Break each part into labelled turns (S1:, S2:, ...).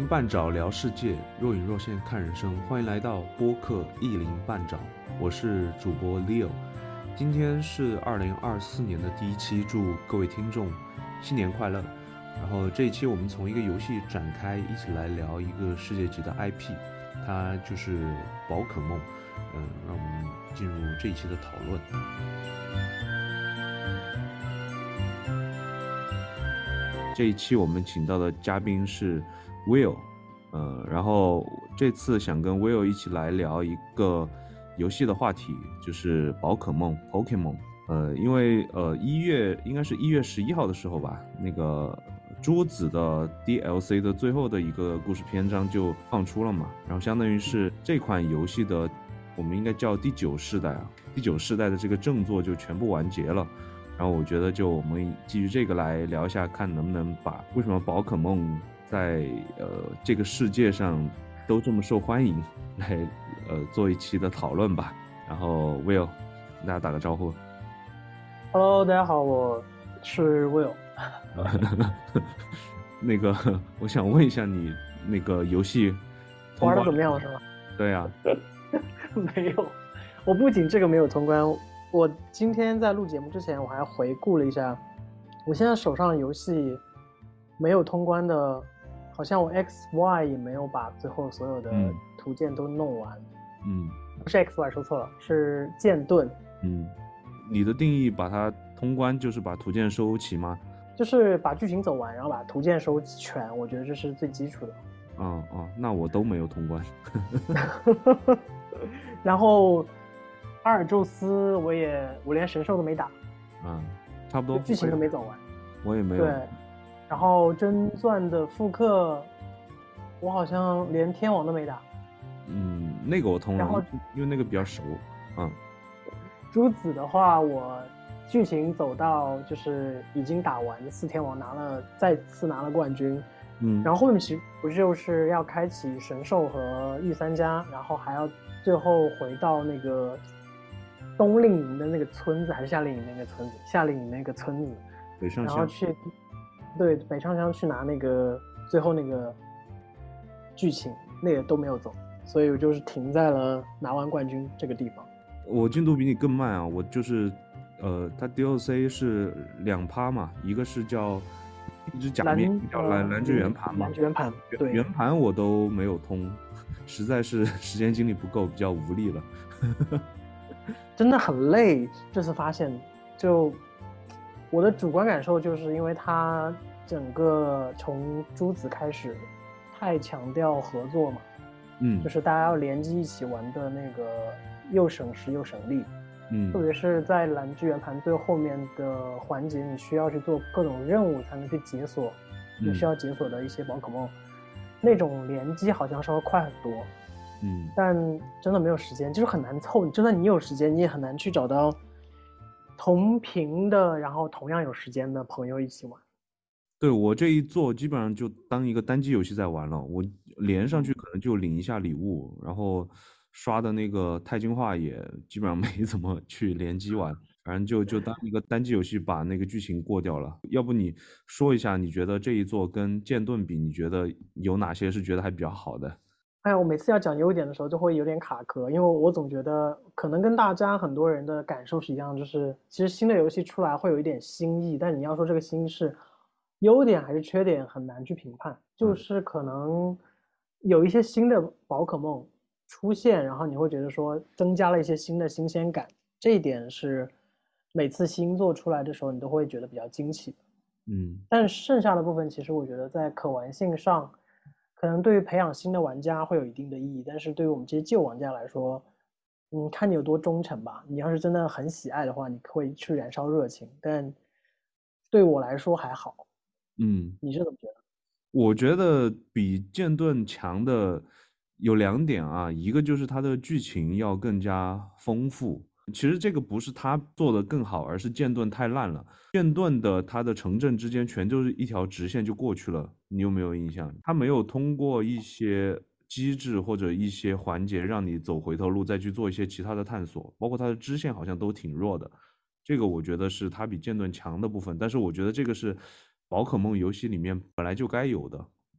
S1: 半爪聊世界，若隐若现看人生。欢迎来到播客一鳞半爪，我是主播 Leo。今天是2024年的第一期，祝各位听众新年快乐。然后这一期我们从一个游戏展开，一起来聊一个世界级的 IP， 它就是宝可梦。让我们进入这一期的讨论。这一期我们请到的嘉宾是 Will，然后这次想跟 Will 一起来聊一个游戏的话题，就是宝可梦 Pokemon。因为应该是1月11号的时候吧，那个朱紫的 DLC 的最后的一个故事篇章就放出了嘛，然后相当于是这款游戏的，我们应该叫第9世代啊，第9世代的这个正作就全部完结了。然后我觉得就我们基于这个来聊一下，看能不能把为什么宝可梦在这个世界上都这么受欢迎来做一期的讨论吧。然后 Will 跟大家打个招呼。
S2: Hello， 大家好，我是 Will。
S1: 那个我想问一下你那个游戏
S2: 玩的怎么样是吗？
S1: 对啊。
S2: 没有，我不仅这个没有通关，我今天在录节目之前我还回顾了一下，我现在手上的游戏没有通关的，好像我 XY 也没有把最后所有的图鉴都弄完。不是 XY 说错了，是剑盾。
S1: 你的定义把它通关就是把图鉴收齐吗？
S2: 就是把剧情走完，然后把图鉴收全，我觉得这是最基础的。
S1: 那我都没有通关。
S2: 然后阿尔宙斯我连神兽都没打，
S1: 差不多
S2: 剧情都没走完。
S1: 我也没有。
S2: 对，然后真钻的复刻我好像连天王都没打。
S1: 那个我通了，因为那个比较熟。
S2: 朱紫的话，我剧情走到就是已经打完4天王，再次拿了冠军。然后后面其实不就是要开启神兽和御三家，然后还要最后回到那个冬令营的那个村子，还是夏令营那个村子？夏令营那个村子，
S1: 北上乡，
S2: 然后去北上乡去拿那个最后那个剧情，那个都没有走，所以我就是停在了拿完冠军这个地方。
S1: 我进度比你更慢啊！我就是它 DLC 是2趴嘛，一个是叫一只假面，叫蓝之圆盘嘛。
S2: 蓝之圆盘，对，
S1: 圆盘我都没有通，实在是时间精力不够，比较无力了。
S2: 真的很累。这次发现，就我的主观感受就是因为它整个从朱紫开始太强调合作嘛，就是大家要联机一起玩的那个又省时又省力。特别是在蓝之圆盘最后面的环节，你需要去做各种任务才能去解锁你需要解锁的一些宝可梦，那种联机好像稍微快很多。但真的没有时间，就是很难凑。就算你有时间，你也很难去找到同频的，然后同样有时间的朋友一起玩。
S1: 对，我这一做基本上就当一个单机游戏在玩了，我连上去可能就领一下礼物，然后刷的那个钛金化也基本上没怎么去联机玩，反正就当一个单机游戏把那个剧情过掉了。要不你说一下，你觉得这一座跟剑盾比，你觉得有哪些是觉得还比较好的？
S2: 我每次要讲优点的时候就会有点卡壳，因为我总觉得可能跟大家很多人的感受是一样，就是其实新的游戏出来会有一点新意，但你要说这个新意是优点还是缺点很难去评判。就是可能有一些新的宝可梦出现，然后你会觉得说增加了一些新的新鲜感，这一点是每次新作出来的时候你都会觉得比较惊奇。但剩下的部分其实我觉得在可玩性上可能对于培养新的玩家会有一定的意义，但是对于我们这些旧玩家来说，看你有多忠诚吧。你要是真的很喜爱的话，你会去燃烧热情，但对我来说还好。你是怎么觉得？
S1: 我觉得比剑盾强的有2点啊，一个就是它的剧情要更加丰富。其实这个不是他做的更好，而是剑盾太烂了。剑盾的它的城镇之间全就是一条直线就过去了，你有没有印象？它没有通过一些机制或者一些环节让你走回头路，再去做一些其他的探索，包括它的支线好像都挺弱的。这个我觉得是它比剑盾强的部分，但是我觉得这个是宝可梦游戏里面本来就该有的。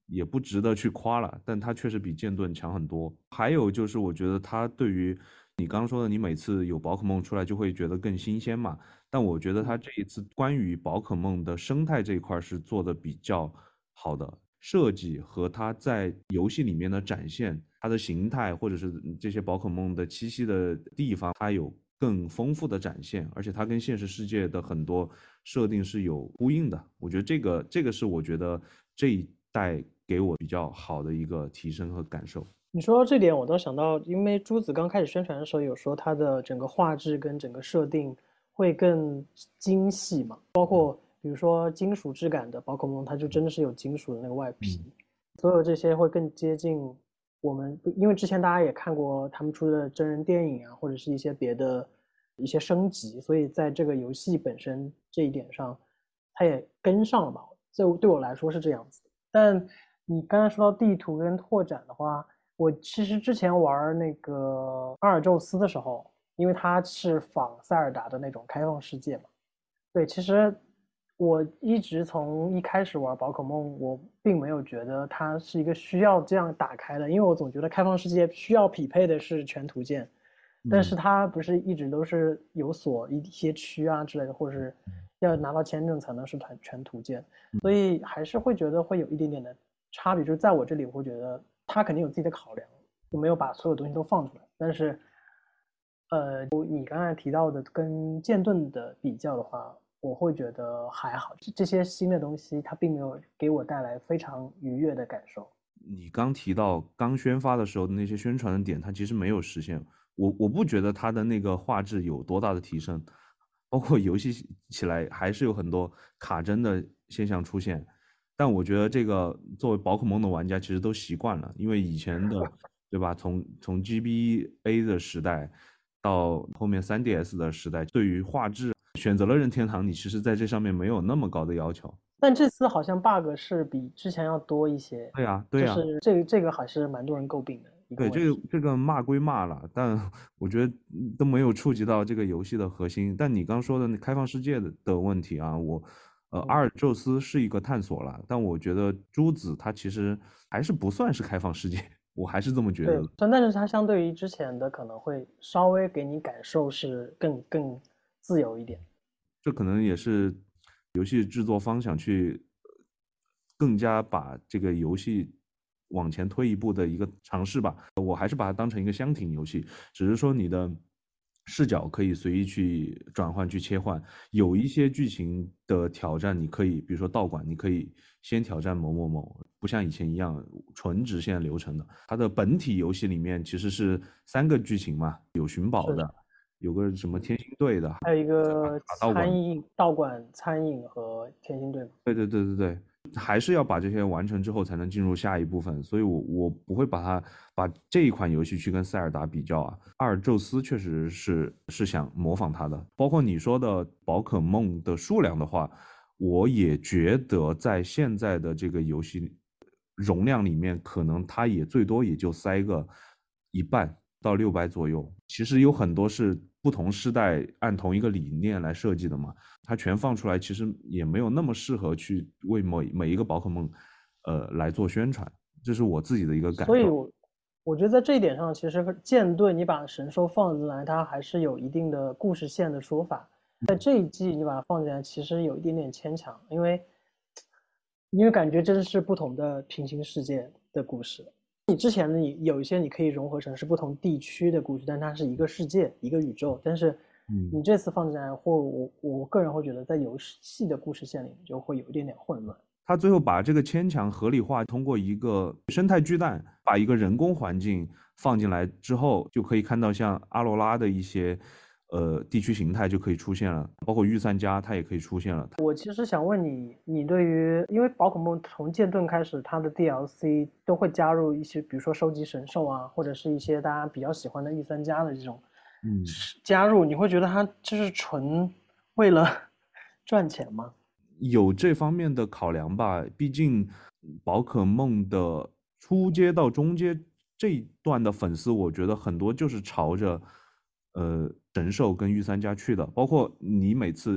S1: 也不值得去夸了，但它确实比剑盾强很多。还有就是我觉得它对于你刚刚说的，你每次有宝可梦出来就会觉得更新鲜嘛，但我觉得它这一次关于宝可梦的生态这一块是做的比较好的，设计和它在游戏里面的展现，它的形态或者是这些宝可梦的栖息的地方，它有更丰富的展现，而且它跟现实世界的很多设定是有呼应的。我觉得这个是我觉得这一代给我比较好的一个提升和感受。
S2: 你说到这点，我倒想到，因为朱子刚开始宣传的时候有说它的整个画质跟整个设定会更精细嘛，包括比如说金属质感的宝可梦，它就真的是有金属的那个外皮，所有这些会更接近我们，因为之前大家也看过他们出的真人电影啊，或者是一些别的一些升级，所以在这个游戏本身这一点上，它也跟上了吧。这对我来说是这样子。但你刚才说到地图跟拓展的话，我其实之前玩那个阿尔宙斯的时候，因为它是仿塞尔达的那种开放世界嘛，对，其实我一直从一开始玩宝可梦，我并没有觉得它是一个需要这样打开的，因为我总觉得开放世界需要匹配的是全图鉴，但是它不是一直都是有锁一些区啊之类的，或者是要拿到签证才能是全图鉴，所以还是会觉得会有一点点的差别，就是在我这里，我会觉得它肯定有自己的考量，就没有把所有东西都放出来，但是。你刚才提到的跟剑盾的比较的话，我会觉得还好，这些新的东西它并没有给我带来非常愉悦的感受。
S1: 你刚提到刚宣发的时候的那些宣传的点，它其实没有实现。我不觉得它的那个画质有多大的提升，包括游戏起来还是有很多卡帧的现象出现。但我觉得这个作为宝可梦的玩家其实都习惯了，因为以前的，对吧？从 GBA 的时代到后面 3DS 的时代，对于画质选择了任天堂，你其实在这上面没有那么高的要求。
S2: 但这次好像 bug 是比之前要多一些，
S1: 对呀，对呀。
S2: 就是这个还是蛮多人诟病的一个
S1: 对，
S2: 问题。
S1: 这个骂归骂了，但我觉得都没有触及到这个游戏的核心。但你刚说的那开放世界的问题啊，阿尔宙斯是一个探索了，但我觉得朱子它其实还是不算是开放世界，我还是这么觉得
S2: 对，
S1: 的。
S2: 但是它相对于之前的可能会稍微给你感受是更自由一点。
S1: 这可能也是游戏制作方想去更加把这个游戏往前推一步的一个尝试吧。我还是把它当成一个箱庭游戏，只是说你的视角可以随意去转换、去切换。有一些剧情的挑战，你可以，比如说道馆，你可以先挑战某某某，不像以前一样纯直线流程的。它的本体游戏里面其实是3个剧情嘛，有寻宝
S2: 是，
S1: 的，有个什么天星队的，
S2: 还有一个
S1: 打道馆。
S2: 餐饮道馆餐饮和天星队嘛。
S1: 对对对对对，还是要把这些完成之后才能进入下一部分，所以我不会把这一款游戏去跟塞尔达比较啊。阿尔宙斯确实是想模仿它的，包括你说的宝可梦的数量的话，我也觉得在现在的这个游戏容量里面，可能它也最多也就塞个1半到600左右。其实有很多是不同世代按同一个理念来设计的嘛。它全放出来，其实也没有那么适合去为每一个宝可梦，来做宣传，这是我自己的一个感受。
S2: 所以我觉得在这一点上，其实剑盾你把神兽放进来，它还是有一定的故事线的说法。在这一季你把它放进来，其实有一点点牵强，因为感觉真是不同的平行世界的故事。你之前的有一些你可以融合成是不同地区的故事，但它是一个世界一个宇宙。但是你这次放进来，或我个人会觉得在游戏的故事线里就会有一点点混乱。
S1: 他最后把这个牵强合理化，通过一个生态巨蛋，把一个人工环境放进来之后，就可以看到像阿罗拉的一些地区形态就可以出现了，包括御三家它也可以出现了。
S2: 我其实想问你，你对于因为宝可梦从剑盾开始，它的 DLC 都会加入一些，比如说收集神兽啊，或者是一些大家比较喜欢的御三家的这种加入，你会觉得它就是纯为了赚钱吗？
S1: 有这方面的考量吧，毕竟宝可梦的初阶到中阶这一段的粉丝，我觉得很多就是朝着神兽跟御三家去的，包括你每次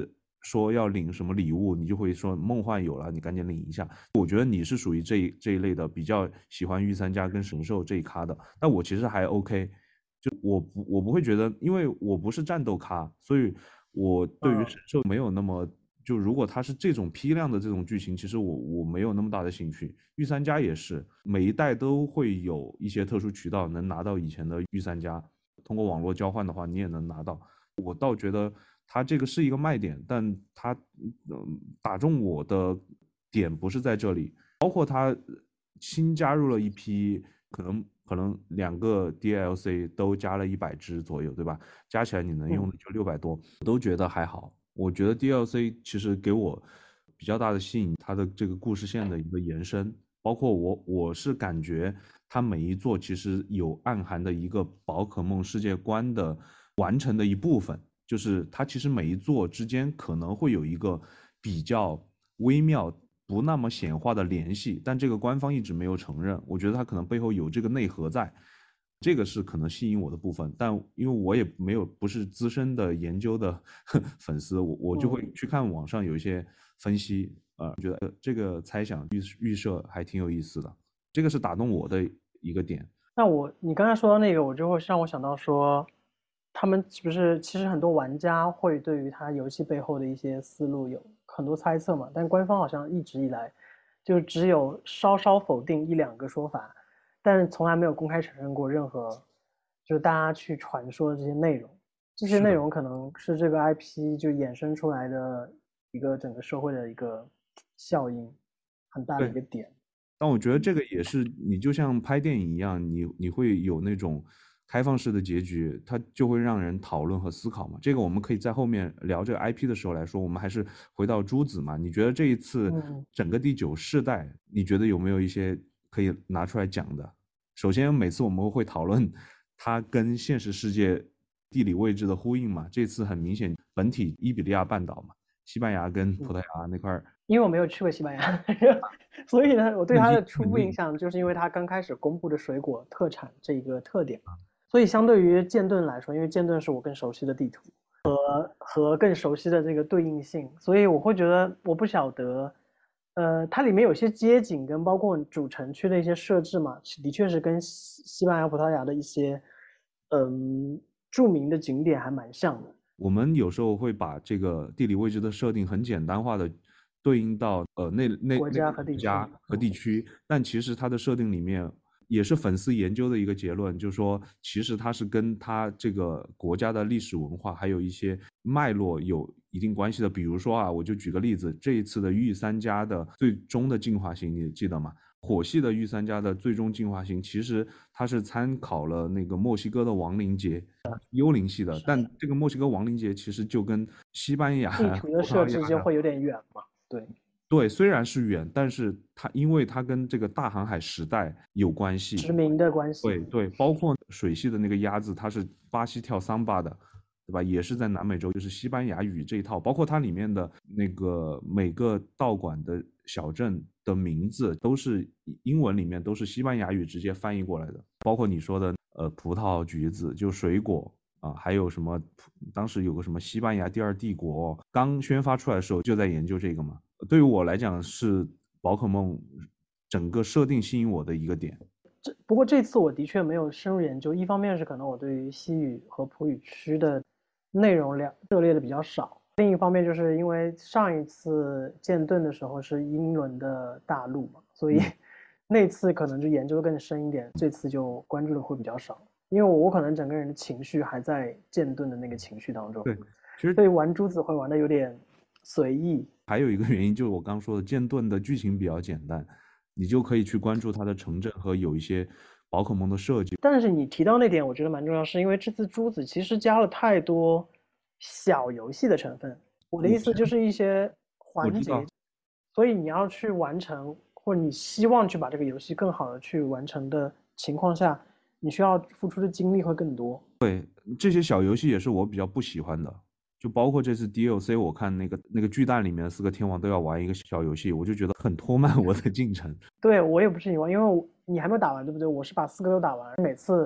S1: 说要领什么礼物，你就会说梦幻有了，你赶紧领一下。我觉得你是属于这一类的，比较喜欢御三家跟神兽这一咖的，但我其实还 OK，就我不会觉得，因为我不是战斗咖，所以我对于神兽没有那么。就如果它是这种批量的这种剧情，其实我没有那么大的兴趣。御三家也是，每一代都会有一些特殊渠道能拿到以前的御三家，通过网络交换的话，你也能拿到。我倒觉得它这个是一个卖点，但它打中我的点不是在这里。包括它新加入了一批，可能2个 DLC 都加了100只左右，对吧？加起来你能用的就600多，我都觉得还好。我觉得 DLC 其实给我比较大的吸引，它的这个故事线的一个延伸，包括我是感觉它每一座其实有暗含的一个宝可梦世界观的完成的一部分，就是它其实每一座之间可能会有一个比较微妙、不那么显化的联系，但这个官方一直没有承认。我觉得它可能背后有这个内核在。这个是可能吸引我的部分，但因为我也不是资深的研究的粉丝，我就会去看网上有一些分析，觉得这个猜想预设还挺有意思的，这个是打动我的一个点。
S2: 那你刚才说到那个，我就会让我想到说，他们是不是其实很多玩家会对于他游戏背后的一些思路有很多猜测嘛？但官方好像一直以来就只有稍稍否定1-2个说法，但是从来没有公开承认过任何就是大家去传说的这些内容。这些内容可能是这个 IP 就衍生出来的一个整个社会的一个效应，很大的一个点。
S1: 但我觉得这个也是，你就像拍电影一样，你会有那种开放式的结局，它就会让人讨论和思考嘛。这个我们可以在后面聊这个 IP 的时候来说。我们还是回到朱子嘛，你觉得这一次整个第9世代，你觉得有没有一些可以拿出来讲的？首先，每次我们会讨论它跟现实世界地理位置的呼应嘛。这次很明显，本体伊比利亚半岛嘛，西班牙跟葡萄牙那块。
S2: 因为我没有去过西班牙，所以呢，我对它的初步印象就是因为它刚开始公布的水果特产这一个特点。所以相对于剑盾来说，因为剑盾是我更熟悉的地图和更熟悉的这个对应性，所以我会觉得我不晓得，它里面有些街景跟包括主城区的一些设置嘛，的确是跟西班牙、葡萄牙的一些著名的景点还蛮像的。
S1: 我们有时候会把这个地理位置的设定很简单化的对应到那
S2: 国家
S1: 和地区，但其实它的设定里面也是粉丝研究的一个结论，就是说其实它是跟它这个国家的历史文化还有一些脉络有一定关系的。比如说啊，我就举个例子，这一次的御三家的最终的进化型，你记得吗？火系的御三家的最终进化型，其实它是参考了那个墨西哥的亡灵节，幽灵系的。但这个墨西哥亡灵节其实就跟西班牙
S2: 地图的设置就会有点远嘛。
S1: 对，虽然是远，但是因为它跟这个大航海时代有关系，
S2: 殖民的关系。
S1: 对，包括水系的那个鸭子，它是巴西跳桑巴的，对吧？也是在南美洲，就是西班牙语这一套，包括它里面的那个每个道馆的小镇的名字都是英文里面都是西班牙语直接翻译过来的，包括你说的葡萄、橘子，就水果啊，还有什么？当时有个什么西班牙第2帝国刚宣发出来的时候就在研究这个嘛。对于我来讲是宝可梦整个设定吸引我的一个点。
S2: 不过这次我的确没有深入研究，一方面是可能我对于西语和葡语区的内容量涉猎的比较少，另一方面就是因为上一次剑盾的时候是英伦的大陆嘛，所以那次可能就研究的更深一点，这次就关注的会比较少，因为我可能整个人的情绪还在剑盾的那个情绪当中。
S1: 对，其实
S2: 对玩珠子会玩的有点随意。
S1: 还有一个原因就是我刚说的，剑盾的剧情比较简单，你就可以去关注它的城镇和有一些宝可梦的设计。
S2: 但是你提到那点，我觉得蛮重要，是因为这次珠子其实加了太多小游戏的成分。我的意思就是一些环节，所以你要去完成，或者你希望去把这个游戏更好的去完成的情况下，你需要付出的精力会更多。
S1: 对，这些小游戏也是我比较不喜欢的。就包括这次 DLC，我看那个巨蛋里面4个天王都要玩一个小游戏，我就觉得很拖慢我的进程。
S2: 对，我也不是喜欢，因为你还没有打完，对不对？我是把4个都打完，每次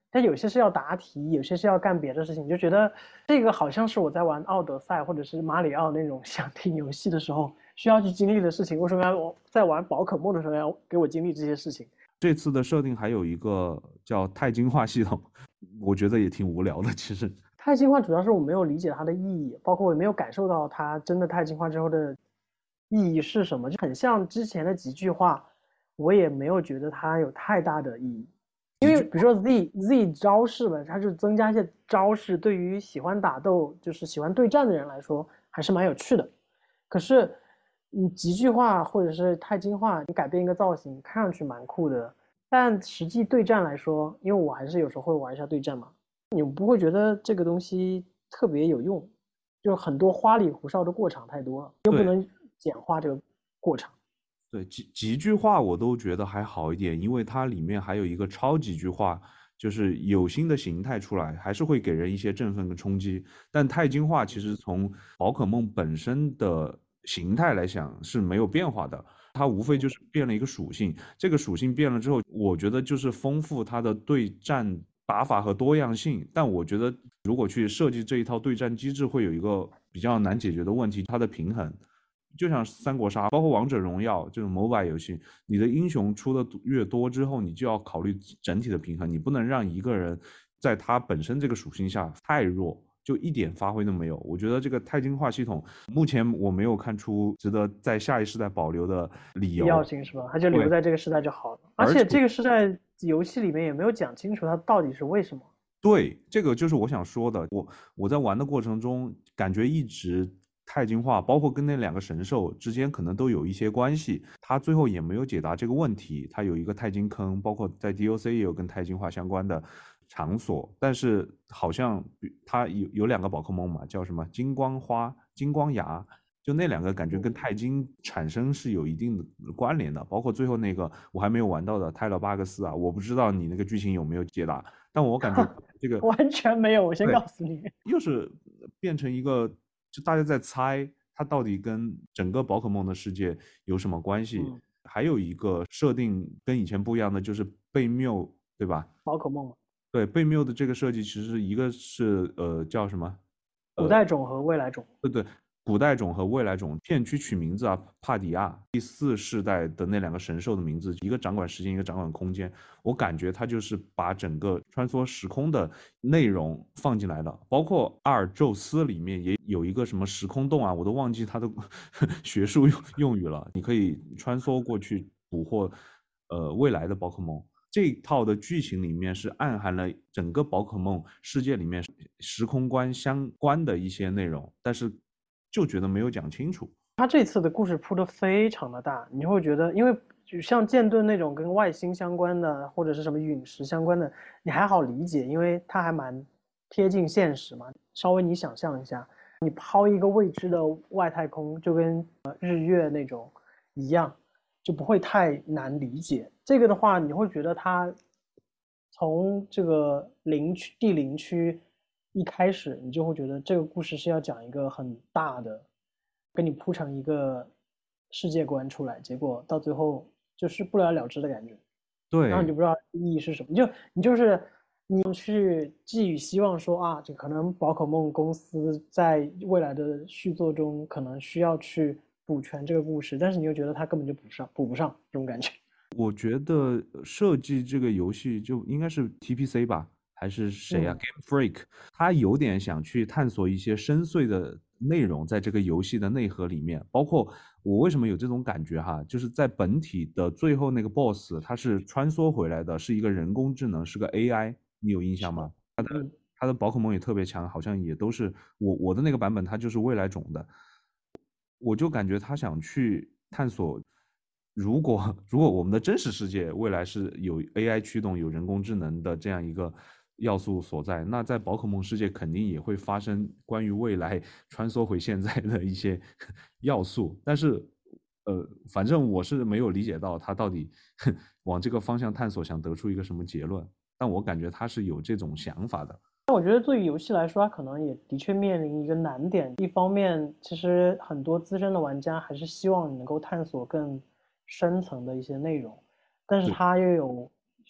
S2: 但有些是要答题，有些是要干别的事情，就觉得这个好像是我在玩奥德赛或者是马里奥那种想听游戏的时候需要去经历的事情，为什么要我在玩宝可梦的时候要给我经历这些事情？
S1: 这次的设定还有一个叫钛金化系统，我觉得也挺无聊的。其实
S2: 钛金化主要是我没有理解它的意义，包括我也没有感受到它真的钛金化之后的意义是什么，就很像之前的几句话，我也没有觉得它有太大的意义。因为比如说 Z 招式吧，它是增加一些招式，对于喜欢打斗就是喜欢对战的人来说还是蛮有趣的。可是你极具化或者是钛金化，你改变一个造型，看上去蛮酷的，但实际对战来说，因为我还是有时候会玩一下对战嘛，你不会觉得这个东西特别有用，就很多花里胡哨的过场太多了，又不
S1: 对
S2: 能简化这个过场。
S1: 对几句话我都觉得还好一点，因为它里面还有一个超几句话，就是有新的形态出来，还是会给人一些振奋跟冲击。但钛金化其实从宝可梦本身的形态来讲是没有变化的，它无非就是变了一个属性。这个属性变了之后，我觉得就是丰富它的对战打法和多样性。但我觉得如果去设计这一套对战机制，会有一个比较难解决的问题，它的平衡。就像三国杀，包括王者荣耀这种 MOBA 游戏，你的英雄出的越多之后，你就要考虑整体的平衡，你不能让一个人在他本身这个属性下太弱，就一点发挥都没有。我觉得这个钛金化系统，目前我没有看出值得在下一世代保留的理
S2: 必要
S1: 由。
S2: 性是吧？它就留
S1: 对，
S2: 在这个时代就好了。而
S1: 而且
S2: 且这个时代游戏里面也没有讲清楚它到底是为什么。
S1: 对，这个就是我想说的。我在玩的过程中，感觉一直钛金化，包括跟那两个神兽之间可能都有一些关系。他最后也没有解答这个问题。他有一个钛金坑，包括在 DOC 也有跟钛金化相关的场所，但是好像他有两个宝可梦嘛，叫什么金光花、金光牙，就那两个感觉跟钛金产生是有一定的关联的。包括最后那个我还没有玩到的泰勒巴克斯啊，我不知道你那个剧情有没有解答。但我感觉这个
S2: 完全没有，我先
S1: 对
S2: 告诉你。
S1: 又是变成一个，就大家在猜它到底跟整个宝可梦的世界有什么关系。
S2: 嗯，
S1: 还有一个设定跟以前不一样的就是贝缪，对吧？
S2: 宝可梦嘛，
S1: 对，贝缪的这个设计，其实一个是叫什么？
S2: 古代种和未来种。
S1: 对对，古代种和未来种片区取名字啊，帕迪亚第4世代的那两个神兽的名字，一个掌管时间，一个掌管空间。我感觉它就是把整个穿梭时空的内容放进来了，包括阿尔宙斯里面也有一个什么时空洞啊，我都忘记它的学术用语了。你可以穿梭过去捕获未来的宝可梦。这一套的剧情里面是暗含了整个宝可梦世界里面时空观相关的一些内容，但是就觉得没有讲清楚。
S2: 它这次的故事铺的非常的大，你会觉得，因为就像剑盾那种跟外星相关的，或者是什么陨石相关的，你还好理解，因为它还蛮贴近现实嘛。稍微你想象一下，你抛一个未知的外太空，就跟日月那种一样，就不会太难理解。这个的话，你会觉得它从这个第零区一开始，你就会觉得这个故事是要讲一个很大的，给你铺成一个世界观出来，结果到最后就是不了了之的感觉，然后你
S1: 对
S2: 就不知道意义是什么，你去寄予希望说啊，这可能宝可梦公司在未来的续作中可能需要去补全这个故事，但是你又觉得它根本就补不上这种感觉。
S1: 我觉得设计这个游戏就应该是 TPC 吧，还是谁啊
S2: 嗯，
S1: ？Game Freak，他有点想去探索一些深邃的内容在这个游戏的内核里面。包括我为什么有这种感觉哈，就是在本体的最后那个 BOSS，它是穿梭回来的，是一个人工智能，是个 AI，你有印象吗？
S2: 嗯，
S1: 它的宝可梦也特别强，好像也都是我的那个版本，它就是未来种的。我就感觉他想去探索，如果我们的真实世界未来是有 AI 驱动、有人工智能的这样一个要素所在，那在宝可梦世界肯定也会发生关于未来穿梭回现在的一些要素。但是，反正我是没有理解到他到底往这个方向探索，想得出一个什么结论。但我感觉他是有这种想法的。
S2: 那我觉得对于游戏来说，它可能也的确面临一个难点。一方面，其实很多资深的玩家还是希望你能够探索更深层的一些内容，但是
S1: 对，
S2: 它又有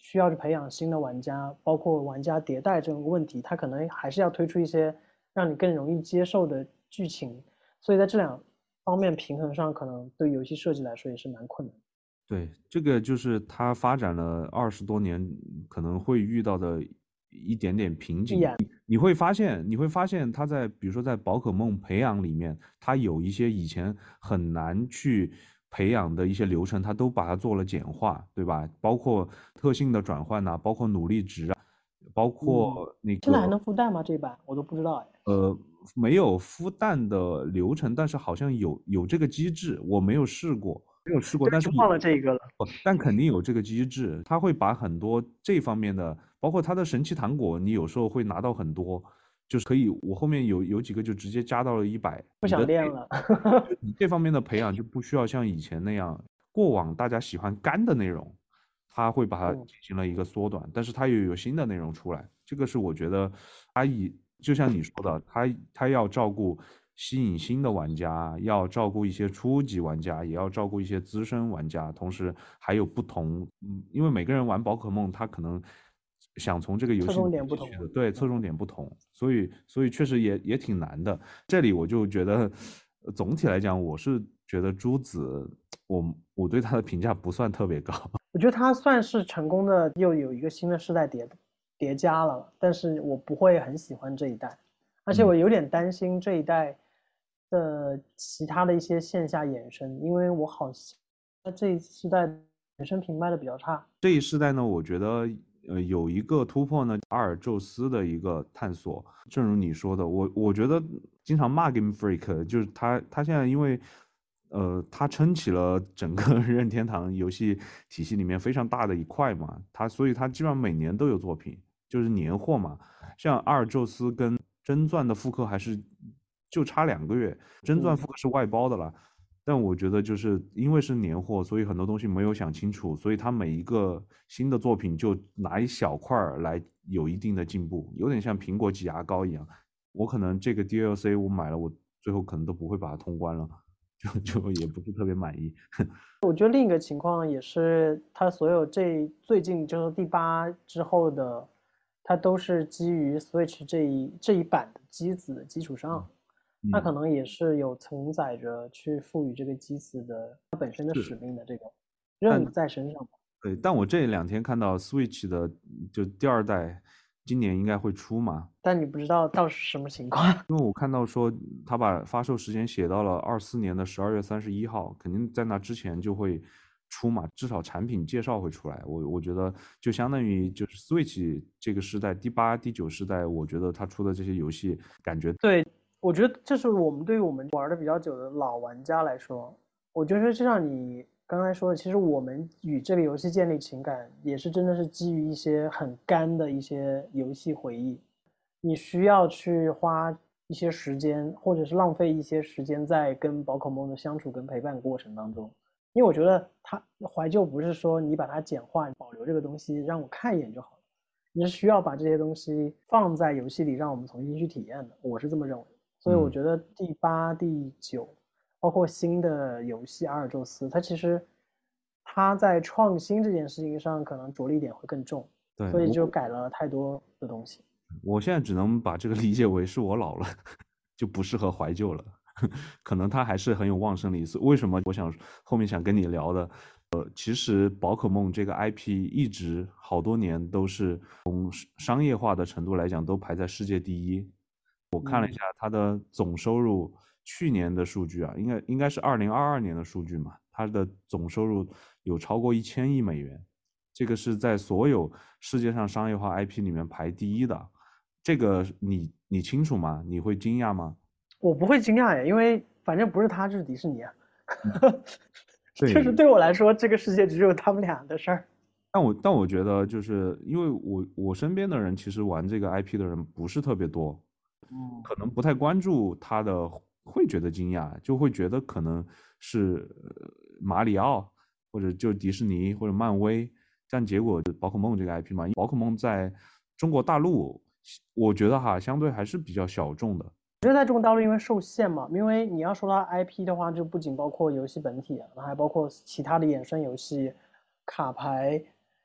S2: 需要去培养新的玩家，包括玩家迭代这种问题，它可能还是要推出一些让你更容易接受的剧情，所以在这两方面平衡上，可能对游戏设计来说也是蛮困难的。
S1: 对，这个就是它发展了20多年可能会遇到的一点点瓶颈。
S2: 必然
S1: 你会发现它在比如说在宝可梦培养里面，它有一些以前很难去培养的一些流程，它都把它做了简化，对吧？包括特性的转换呐、包括努力值啊，包
S2: 嗯，
S1: 括那
S2: 现在还
S1: 个
S2: 能附带吗？这一版我都不知道哎。
S1: 呃，没有孵蛋的流程，但是好像有这个机制，我没有试过，没有试过，但是
S2: 对，就忘了这一个了。
S1: 但肯定有这个机制，它会把很多这方面的，包括它的神奇糖果，你有时候会拿到很多，就是可以，我后面有几个就直接加到了100，
S2: 不想练了。
S1: 你这方面的培养就不需要像以前那样，过往大家喜欢干的内容，它会把它
S2: 嗯，
S1: 进行了一个缩短，但是它又有新的内容出来，这个是我觉得就像你说的，它要照顾吸引新的玩家，要照顾一些初级玩家，也要照顾一些资深玩家，同时还有不同，因为每个人玩宝可梦，他可能想从这个游
S2: 侧
S1: 戏里
S2: 重点不同。
S1: 面汲取的，对，侧重点不同，所以确实也挺难的。这里我就觉得，总体来讲，我是觉得朱子，我对他的评价不算特别高。
S2: 我觉得它算是成功的，又有一个新的世代叠加了，但是我不会很喜欢这一代，而且
S1: 嗯。
S2: 我有点担心这一代的其他的一些线下衍生，因为我好像这一世代衍生品卖的比较差。
S1: 这一世代呢，我觉得有一个突破呢，阿尔宙斯的一个探索。正如你说的，我觉得经常骂 Game Freak，就是他现在因为他撑起了整个任天堂游戏体系里面非常大的一块嘛，所以他基本上每年都有作品，就是年货嘛。像阿尔宙斯跟真钻的复刻还是就差2个月，真钻复刻是外包的了。但我觉得就是因为是年货，所以很多东西没有想清楚，所以他每一个新的作品就拿一小块儿来有一定的进步，有点像苹果挤牙膏一样。我可能这个 DLC 我买了，我最后可能都不会把它通关了，就也不是特别满意。
S2: 我觉得另一个情况也是，它所有最近就是第8之后的，它都是基于 Switch 这一版的机子的基础上，它可
S1: 嗯，
S2: 能也是有承载着去赋予这个机子的它本身的使
S1: 是，
S2: 命的这个任
S1: 但
S2: 务在身上。
S1: 对，但我这2天看到 Switch 的就第2代，今年应该会出嘛，
S2: 但你不知道到底是什么情况。
S1: 因为我看到说他把发售时间写到了24年的12月31号，肯定在那之前就会出嘛，至少产品介绍会出来。我觉得就相当于就是 Switch 这个时代第8、第9世代，我觉得它出的这些游戏感觉
S2: 对，我觉得这是我们对于我们玩的比较久的老玩家来说，我觉得就像你刚才说的，其实我们与这个游戏建立情感，也是真的是基于一些很干的一些游戏回忆。你需要去花一些时间，或者是浪费一些时间在跟宝可梦的相处跟陪伴过程当中。因为我觉得它怀旧不是说你把它简化，保留这个东西让我看一眼就好了，你是需要把这些东西放在游戏里，让我们重新去体验的。我是这么认为的。所以我觉得第8、第9，包括新的游戏阿尔宙斯，它其实它在创新这件事情上可能着力点会更重，
S1: 对
S2: 所以就改了太多的东西。
S1: 我现在只能把这个理解为是我老了，就不适合怀旧了。可能它还是很有旺盛的意思。为什么我想后面想跟你聊的？其实宝可梦这个 IP 一直好多年都是从商业化的程度来讲都排在世界第一。我看了一下它的总收入，去年的数据啊，应该是2022年的数据嘛，它的总收入有超过1000亿美元，这个是在所有世界上商业化 IP 里面排第一的。这个你清楚吗？你会惊讶吗？
S2: 我不会惊讶呀，因为反正不是他就是迪士尼啊。就是
S1: 对，
S2: 对我来说，这个世界只有他们俩的事儿。
S1: 但我觉得，就是因为我身边的人其实玩这个 IP 的人不是特别多，
S2: 嗯，
S1: 可能不太关注他的，会觉得惊讶，就会觉得可能是马里奥或者就迪士尼或者漫威，但结果宝可梦这个 IP 嘛，宝可梦在中国大陆，我觉得哈相对还是比较小众的。
S2: 我觉得在中国大陆因为受限嘛，因为你要说到 IP 的话，就不仅包括游戏本体啊，还包括其他的衍生游戏、卡牌，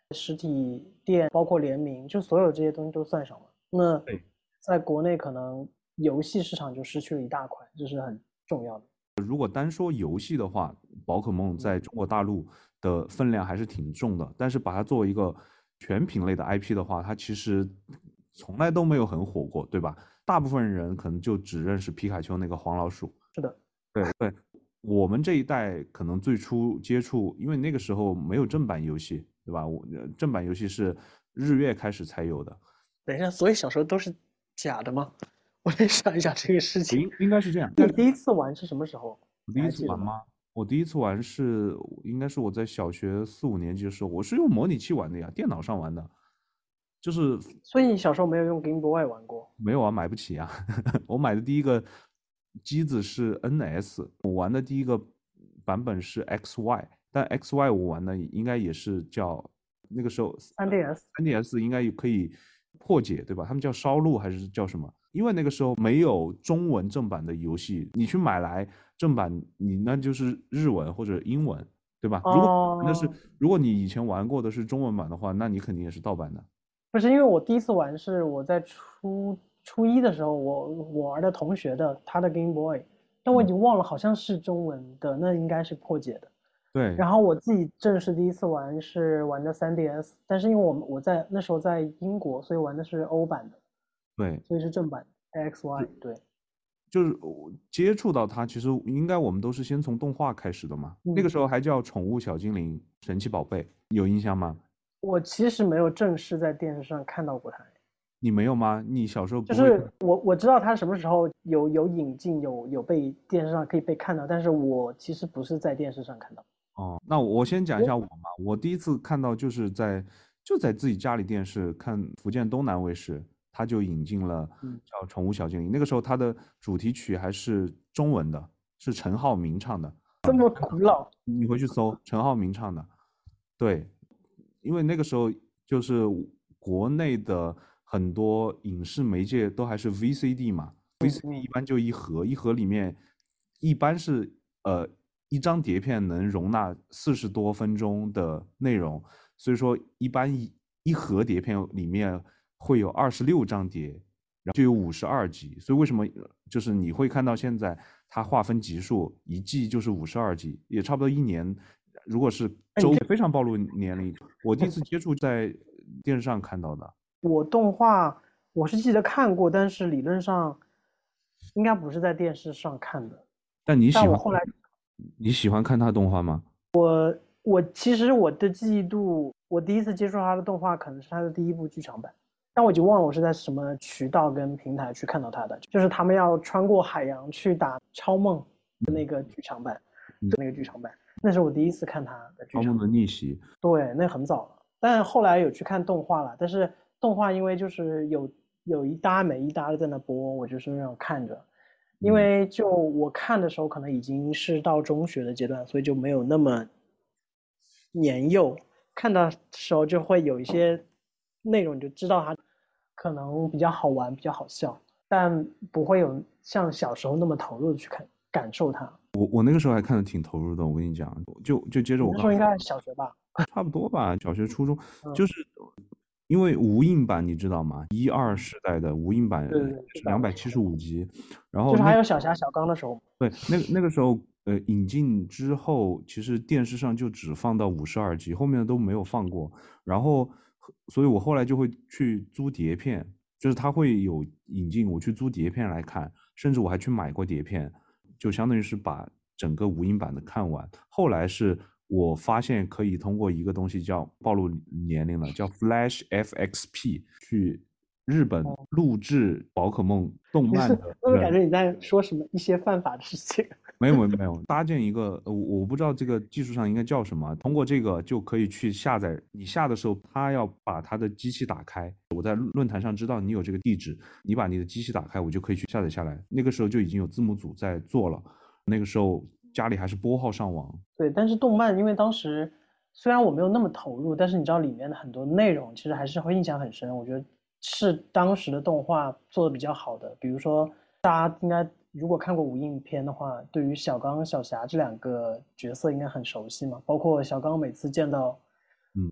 S2: 实体店，包括联名，就所有这些东西都算上了。那
S1: 对，
S2: 在国内可能游戏市场就失去了一大块，这是很重要的。
S1: 如果单说游戏的话，宝可梦在中国大陆的分量还是挺重的，但是把它作为一个全品类的 IP 的话，它其实从来都没有很火过，对吧？大部分人可能就只认识皮卡丘那个黄老鼠。
S2: 是的。
S1: 对对，我们这一代可能最初接触，因为那个时候没有正版游戏，对吧？正版游戏是日月开始才有的。
S2: 等一下，所以小时候都是假的吗？我得想一想这个事情。
S1: 应该是这样。
S2: 你第一次玩是什么时候？你
S1: 我第一
S2: 还记得吗？
S1: 次玩吗？我第一次玩应该是我在小学4、5年级的时候，我是用模拟器玩的呀，电脑上玩的，就是
S2: 所以你小时候没有用 Game Boy 玩过？
S1: 没有啊，买不起啊。我买的第一个机子是 NS，我玩的第一个版本是 XY，但 XY 我玩的应该也是叫那个时候
S2: 3DS。
S1: 3DS 应该也可以破解，对吧？他们叫烧录还是叫什么？因为那个时候没有中文正版的游戏，你去买来正版，你那就是日文或者英文，对吧？
S2: 哦，
S1: 如果你以前玩过的是中文版的话，那你肯定也是盗版的。
S2: 不是，因为我第一次玩是我在初一的时候，我玩的同学的他的 Game Boy，但我已
S1: 嗯，
S2: 经忘了，好像是中文的，那应该是破解的。
S1: 对
S2: 然后我自己正式第一次玩是玩的 3DS，但是因为我在那时候在英国，所以玩的是欧版的，
S1: 对，
S2: 所以是正版 AXY。对。
S1: 就是我接触到它，其实应该我们都是先从动画开始的嘛。那个
S2: 嗯，
S1: 时候还叫宠物小精灵、神奇宝贝，有印象吗？
S2: 我其实没有正式在电视上看到过它。
S1: 你没有吗？你小时候不会看？
S2: 就是我知道它什么时候有引进，有被电视上可以被看到，但是我其实不是在电视上看到。
S1: 哦，那我先讲一
S2: 我
S1: 下我嘛。我第一次看到就在自己家里电视看福建东南卫视，它就引进了
S2: 嗯，
S1: 叫《宠物小精灵》。那个时候它的主题曲还是中文的，是陈浩民唱的。
S2: 这么古老。
S1: 你回去搜陈浩民唱的。对，因为那个时候就是国内的很多影视媒介都还是 VCD 嘛，VCD 一
S2: 嗯，
S1: 般就一盒，一盒里面一般是一张碟片能容纳40多分钟的内容，所以说一般一盒碟片里面会有26张碟，然后就有52集，所以为什么就是你会看到现在它划分集数，一季就是52集，也差不多一年。如果是
S2: 哎，你这
S1: 非常暴露年龄。我第一次接触在电视上看到的。
S2: 我动画我是记得看过，但是理论上应该不是在电视上看的。
S1: 但你喜欢
S2: 但我后来
S1: 你喜欢看他动画吗？
S2: 我其实我的记忆度，我第一次接触它的动画可能是它的第一部剧场版，但我已经忘了我是在什么渠道跟平台去看到它的，就是他们要穿过海洋去打超梦的那个剧场版，
S1: 嗯，
S2: 那个剧场版，那是我第一次看它的剧场。
S1: 《超梦的逆袭》。
S2: 对，那很早了，但后来有去看动画了，但是动画因为就是有一搭没一搭的在那播，我就是那样看着。因
S1: 嗯，
S2: 为就我看的时候，可能已经是到中学的阶段，所以就没有那么年幼，看到时候就会有一些内容，你就知道它可能比较好玩，比较好笑，但不会有像小时候那么投入的去感受它。
S1: 我那个时候还看的挺投入的，我跟你讲，就接着
S2: 你
S1: 我刚刚说，
S2: 那时候应该小学吧？
S1: 差不多吧，小学、初中，
S2: 嗯，
S1: 就是因为无印版你知道吗？1、2世代的无印版
S2: 对对对，知
S1: 是
S2: 道。
S1: 275集，然后
S2: 就是还有小霞、小刚的时候。
S1: 对，那个时候，引进之后，其实电视上就只放到52集，后面的都没有放过。然后，所以我后来就会去租碟片，就是它会有引进，我去租碟片来看，甚至我还去买过碟片，就相当于是把整个无印版的看完。后来是我发现可以通过一个东西叫暴露年龄了，叫 Flash FXP 去日本录制宝可梦动
S2: 你是
S1: 漫的
S2: 我怎么感觉你在说什么一些犯法的事情？
S1: 没有搭建一个我不知道这个技术上应该叫什么，通过这个就可以去下载。你下的时候，他要把他的机器打开。我在论坛上知道你有这个地址，你把你的机器打开，我就可以去下载下来。那个时候就已经有字幕组在做了，那个时候家里还是拨号上网。
S2: 对，但是动漫因为当时虽然我没有那么投入，但是你知道里面的很多内容其实还是会印象很深。我觉得是当时的动画做的比较好的，比如说大家应该如果看过无印片的话，对于小刚、小霞这两个角色应该很熟悉嘛。包括小刚每次见到
S1: 嗯，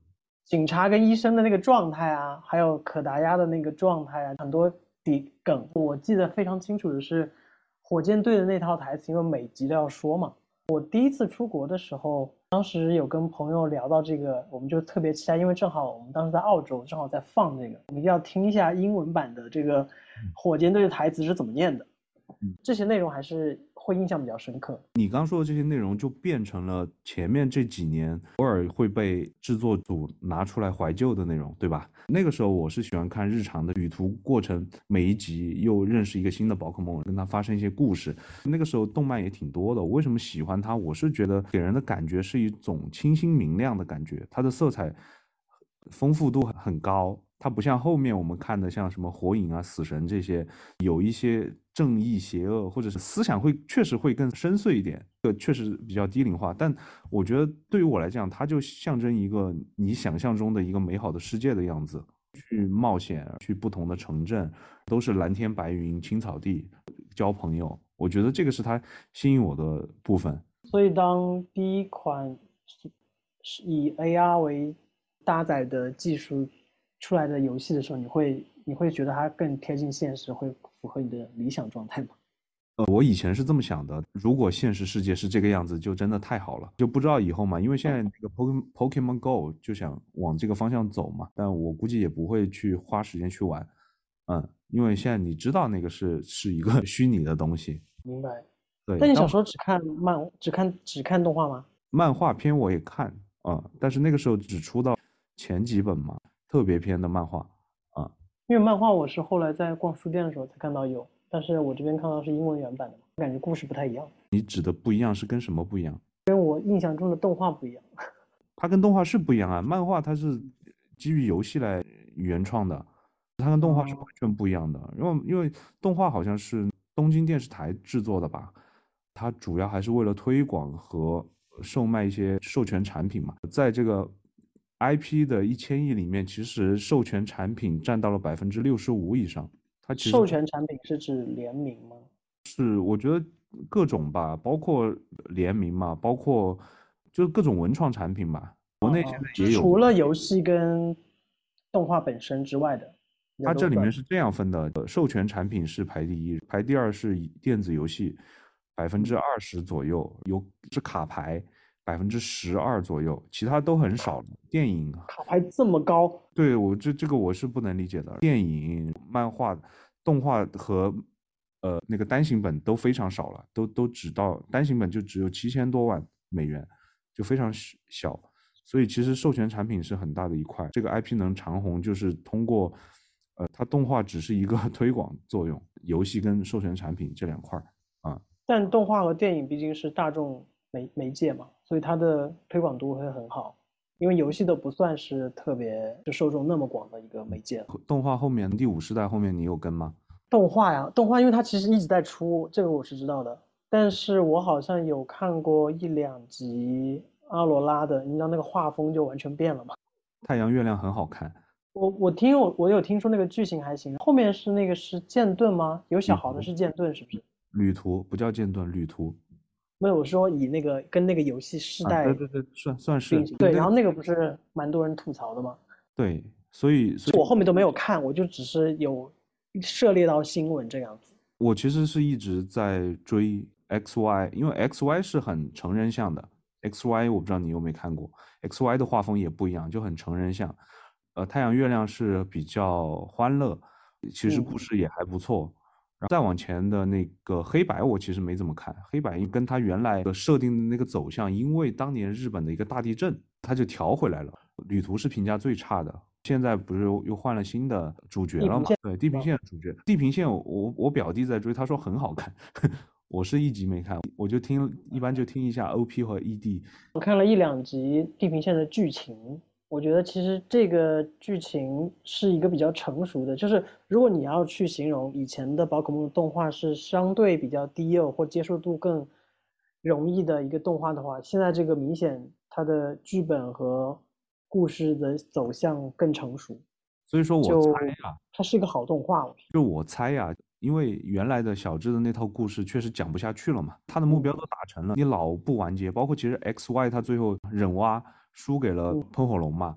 S2: 警察跟医生的那个状态啊，还有可达鸭的那个状态啊，很多梗，我记得非常清楚的是火箭队的那套台词，因为每集都要说嘛。我第一次出国的时候，当时有跟朋友聊到这个，我们就特别期待，因为正好我们当时在澳洲，正好在放这个，我们一定要听一下英文版的这个火箭队的台词是怎么念的。这些内容还是会印象比较深刻。
S1: 你刚说的这些内容就变成了前面这几年偶尔会被制作组拿出来怀旧的内容，对吧？那个时候我是喜欢看日常的旅途过程，每一集又认识一个新的宝可梦，跟它发生一些故事。那个时候动漫也挺多的，我为什么喜欢它？我是觉得给人的感觉是一种清新明亮的感觉，它的色彩丰富度很高。它不像后面我们看的像什么火影啊、死神这些，有一些正义邪恶或者是思想确实会更深邃一点，确实比较低龄化。但我觉得对于我来讲，它就象征一个你想象中的一个美好的世界的样子，去冒险，去不同的城镇，都是蓝天白云、青草地，交朋友。我觉得这个是它吸引我的部分。
S2: 所以当第一款是以 AR 为搭载的技术出来的游戏的时候，你会觉得它更贴近现实，会符合你的理想状态吗？
S1: 我以前是这么想的，如果现实世界是这个样子，就真的太好了。就不知道以后嘛，因为现在那个 Pokemon Go 就想往这个方向走嘛，但我估计也不会去花时间去玩，因为现在你知道那个是一个虚拟的东西。
S2: 明白。
S1: 对，
S2: 但你小时候只看动画吗？
S1: 漫画片我也看，但是那个时候只出到前几本嘛，特别篇的漫画，啊、
S2: 因为漫画我是后来在逛书店的时候才看到有，但是我这边看到是英文原版的，我感觉故事不太一样，
S1: 你指的不一样是跟什么不一样？
S2: 跟我印象中的动画不一样。
S1: 它跟动画是不一样啊，漫画它是基于游戏来原创的，它跟动画是完
S2: 哦，
S1: 全不一样的。因为动画好像是东京电视台制作的吧，它主要还是为了推广和售卖一些授权产品嘛。在这个 IP 的1000亿里面，其实授权产品占到了65%以上。它其实
S2: 授权产品是指联名吗？
S1: 是我觉得各种吧，包括联名嘛，包括就是各种文创产品吧。国内现在
S2: 就是
S1: 也有。
S2: 除了游戏跟动画本身之外的，那
S1: 它这里面
S2: 都算。
S1: 是这样分的，授权产品是排第一，排第二是以电子游戏20%左右，是卡牌12%左右，其他都很少了。电影，
S2: 卡牌这么高，
S1: 对这个我是不能理解的。电影、漫画、动画和那个单行本都非常少了，都只到单行本就只有7000多万美元，就非常小。所以其实授权产品是很大的一块。这个 IP 能长红，就是通过它动画只是一个推广作用，游戏跟授权产品这两块啊。
S2: 但动画和电影毕竟是大众媒介嘛，所以它的推广度会很好。因为游戏都不算是特别就受众那么广的一个媒介。
S1: 动画后面第5世代后面你有跟吗？
S2: 动画呀，动画因为它其实一直在出，这个我是知道的。但是我好像有看过一两集阿罗拉的，你知道那个画风就完全变了嘛。
S1: 太阳月亮很好看。
S2: 我有听说那个剧情还行，后面是那个是剑盾吗？有小豪的
S1: 旅途，
S2: 是剑盾是不是？
S1: 旅途不叫剑盾，旅途
S2: 没有，我说以那个跟那个游戏世
S1: 啊，对
S2: 代
S1: 对对，算是
S2: 并行。对，
S1: 那个
S2: 然后那个不是蛮多人吐槽的吗？
S1: 对，所以
S2: 我后面都没有看，我就只是有涉猎到新闻这样子。
S1: 我其实是一直在追 XY，因为 XY 是很成人向的。XY 我不知道你有没有看过，XY 的画风也不一样，就很成人向。太阳月亮是比较欢乐，其实故
S2: 嗯，
S1: 事也还不错。然后再往前的那个黑白，我其实没怎么看。黑白跟它原来的设定的那个走向，因为当年日本的一个大地震，它就调回来了。旅途是评价最差的，现在不是又换了新的主角了吗？
S2: 地平线
S1: 对，地平
S2: 吗？
S1: 线的主角，地平线我表弟在追，他说很好看，我是一集没看，我就一般就听一下 OP 和 ED。
S2: 我看了一两集地平线的剧情，我觉得其实这个剧情是一个比较成熟的，就是如果你要去形容以前的宝可梦动画是相对比较低幼或接受度更容易的一个动画的话，现在这个明显它的剧本和故事的走向更成熟，
S1: 所以说我猜
S2: 就
S1: 啊，
S2: 它是一个好动画，我觉
S1: 就我猜呀，因为原来的小智的那套故事确实讲不下去了嘛，他的
S2: 得。
S1: 目标都达成了，你老不完结，包括其实 XY 他最后忍蛙输给了
S2: 嗯，
S1: 喷火龙嘛，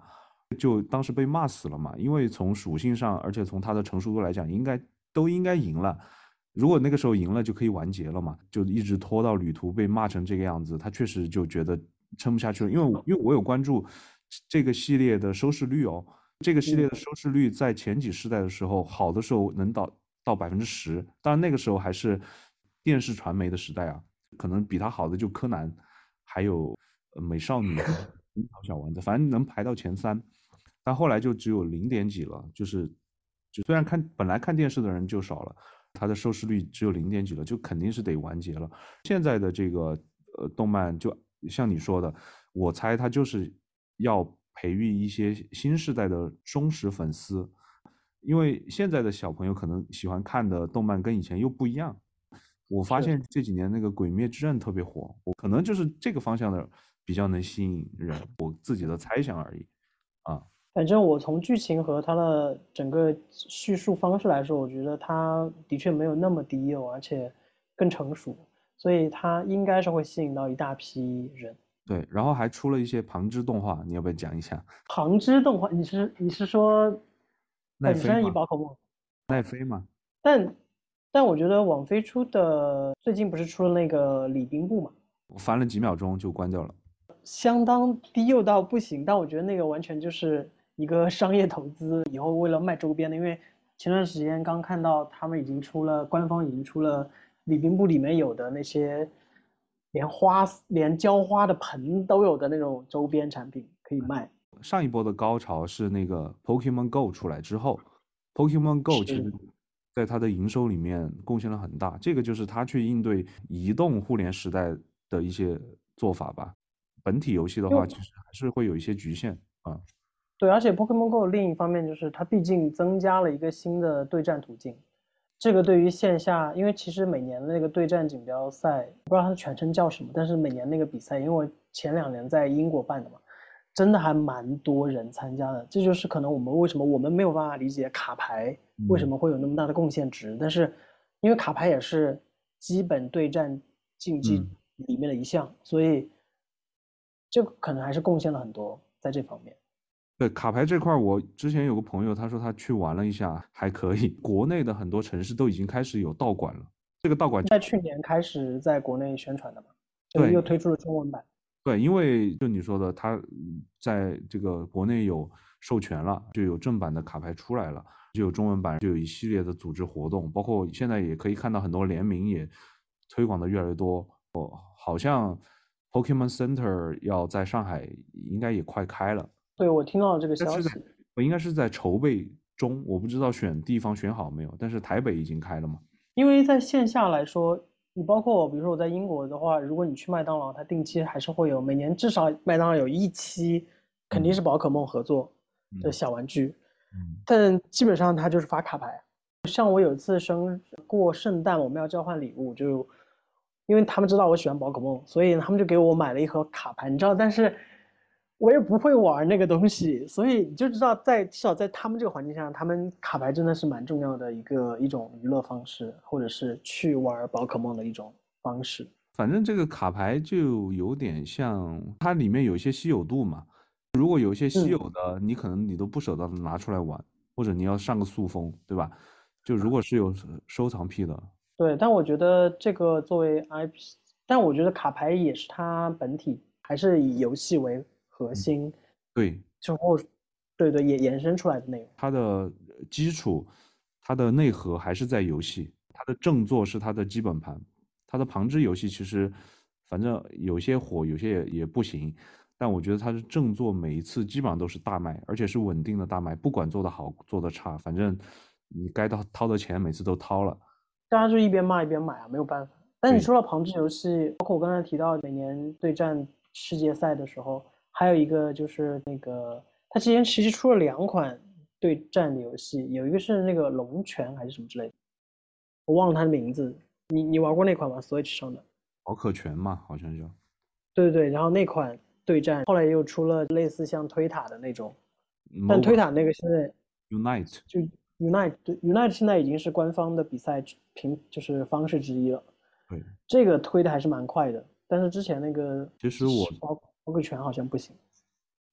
S1: 就当时被骂死了嘛，因为从属性上，而且从它的成熟度来讲，应该赢了。如果那个时候赢了，就可以完结了嘛，就一直拖到旅途被骂成这个样子，他确实就觉得撑不下去了。因为我有关注这个系列的收视率哦，这个系列的收视率在前几世代的时候，好的时候能到10%，当然那个时候还是电视传媒的时代啊，可能比它好的就柯南，还有美少女和樱桃小丸子，反正能排到前3，但后来就只有零点几了，就虽然本来看电视的人就少了，它的收视率只有零点几了，就肯定是得完结了。现在的这个动漫，就像你说的，我猜它就是要培育一些新时代的忠实粉丝，因为现在的小朋友可能喜欢看的动漫跟以前又不一样。我发
S2: 是。
S1: 现这几年那个《鬼灭之刃》特别火，我可能就是这个方向的比较能吸引人，我自己的猜想而已啊。
S2: 反正我从剧情和它的整个叙述方式来说，我觉得它的确没有那么低幼，而且更成熟，所以它应该是会吸引到一大批人。
S1: 对，然后还出了一些旁支动画，你要不要讲一下？
S2: 旁支动画，你是说本身以
S1: 奈飞吗？
S2: 宝可梦？
S1: 奈飞吗？
S2: 但我觉得网飞出的最近不是出了那个礼兵部嘛，
S1: 我翻了几秒钟就关掉了。
S2: 相当低幼到不行，但我觉得那个完全就是一个商业投资，以后为了卖周边的。因为前段时间刚看到他们已经出了，官方已经出了礼宾部里面有的那些连浇花的盆都有的那种周边产品可以卖。
S1: 上一波的高潮是那个 Pokemon Go 出来之后，Pokemon Go 其
S2: 是，
S1: 实在它的营收里面贡献了很大，这个就是它去应对移动互联时代的一些做法吧。本体游戏的话，
S2: 因为
S1: 其实还是会有一些局限啊。
S2: 对，而且 Pokemon Go 另一方面就是它毕竟增加了一个新的对战途径，这个对于线下，因为其实每年的那个对战锦标赛，不知道它的全称叫什么，但是每年那个比赛，因为我前2年在英国办的嘛，真的还蛮多人参加的。这就是可能为什么我们没有办法理解卡牌为什
S1: 嗯
S2: 么会有那么大的贡献值，但是因为卡牌也是基本对战竞技
S1: 嗯。
S2: 里面的一项，所以这个可能还是贡献了很多在这方面。
S1: 对卡牌这块儿，我之前有个朋友，他说他去玩了一下，还可以。国内的很多城市都已经开始有道馆了，这个道馆
S2: 在去年开始在国内宣传的嘛，就又
S1: 对
S2: 推出了中文版。
S1: 对，因为就你说的，他在这个国内有授权了，就有正版的卡牌出来了，就有中文版，就有一系列的组织活动，包括现在也可以看到很多联名也推广的越来越多。哦，好像 Pokemon Center 要在上海应该也快开了。
S2: 对，我听到了这个
S1: 但是在
S2: 消息。
S1: 我应该是在筹备中，我不知道选地方选好没有，但是台北已经开了嘛。
S2: 因为在线下来说，你包括比如说我在英国的话，如果你去麦当劳，它定期还是会有，每年至少麦当劳有一期肯定
S1: 嗯
S2: 是宝可梦合作的
S1: 嗯
S2: 小玩具，
S1: 嗯
S2: 但基本上它就是发卡牌。像我有一次过圣诞，我们要交换礼物，就因为他们知道我喜欢宝可梦，所以他们就给我买了一盒卡牌，你知道，但是我也不会玩那个东西，所以你就知道至少在他们这个环境下，他们卡牌真的是蛮重要的一种娱乐方式，或者是去玩宝可梦的一种方式。
S1: 反正这个卡牌就有点像，它里面有一些稀有度嘛。如果有一些稀有
S2: 嗯，
S1: 的，你可能你都不舍得拿出来玩，或者你要上个速封，对吧？就如果是有收藏癖的，
S2: 对，但我觉得这个作为 IP，但我觉得卡牌也是它本体还是以游戏为核
S1: 嗯，
S2: 心，
S1: 对，
S2: 之后，对对，也延伸出来的内容。
S1: 它的基础，它的内核还是在游戏，它的正作是它的基本盘，它的旁支游戏其实反正有些火，有些也不行，但我觉得它的正作每一次基本上都是大卖，而且是稳定的大卖，不管做得好做得差，反正你该掏的钱每次都掏了。
S2: 大家就一边骂一边买啊，没有办法。但你
S1: 对，
S2: 说到旁支游戏，包括我刚才提到每年对战世界赛的时候，还有一个就是那个，它之前其实出了2款对战的游戏，有一个是那个龙泉还是什么之类的，我忘了它的名字。你玩过那款吗？Switch 上的？
S1: 宝可拳嘛，好像叫
S2: 对对对，然后那款对战后来又出了类似像推塔的那种，但推
S1: MOBA
S2: 塔那个现在
S1: Unite。
S2: 就 Unite，对 Unite 现在已经是官方的比赛就是方式之一了。
S1: 对，
S2: 这个推的还是蛮快的，但是之前那个
S1: 其实我
S2: 包括拳好像不行。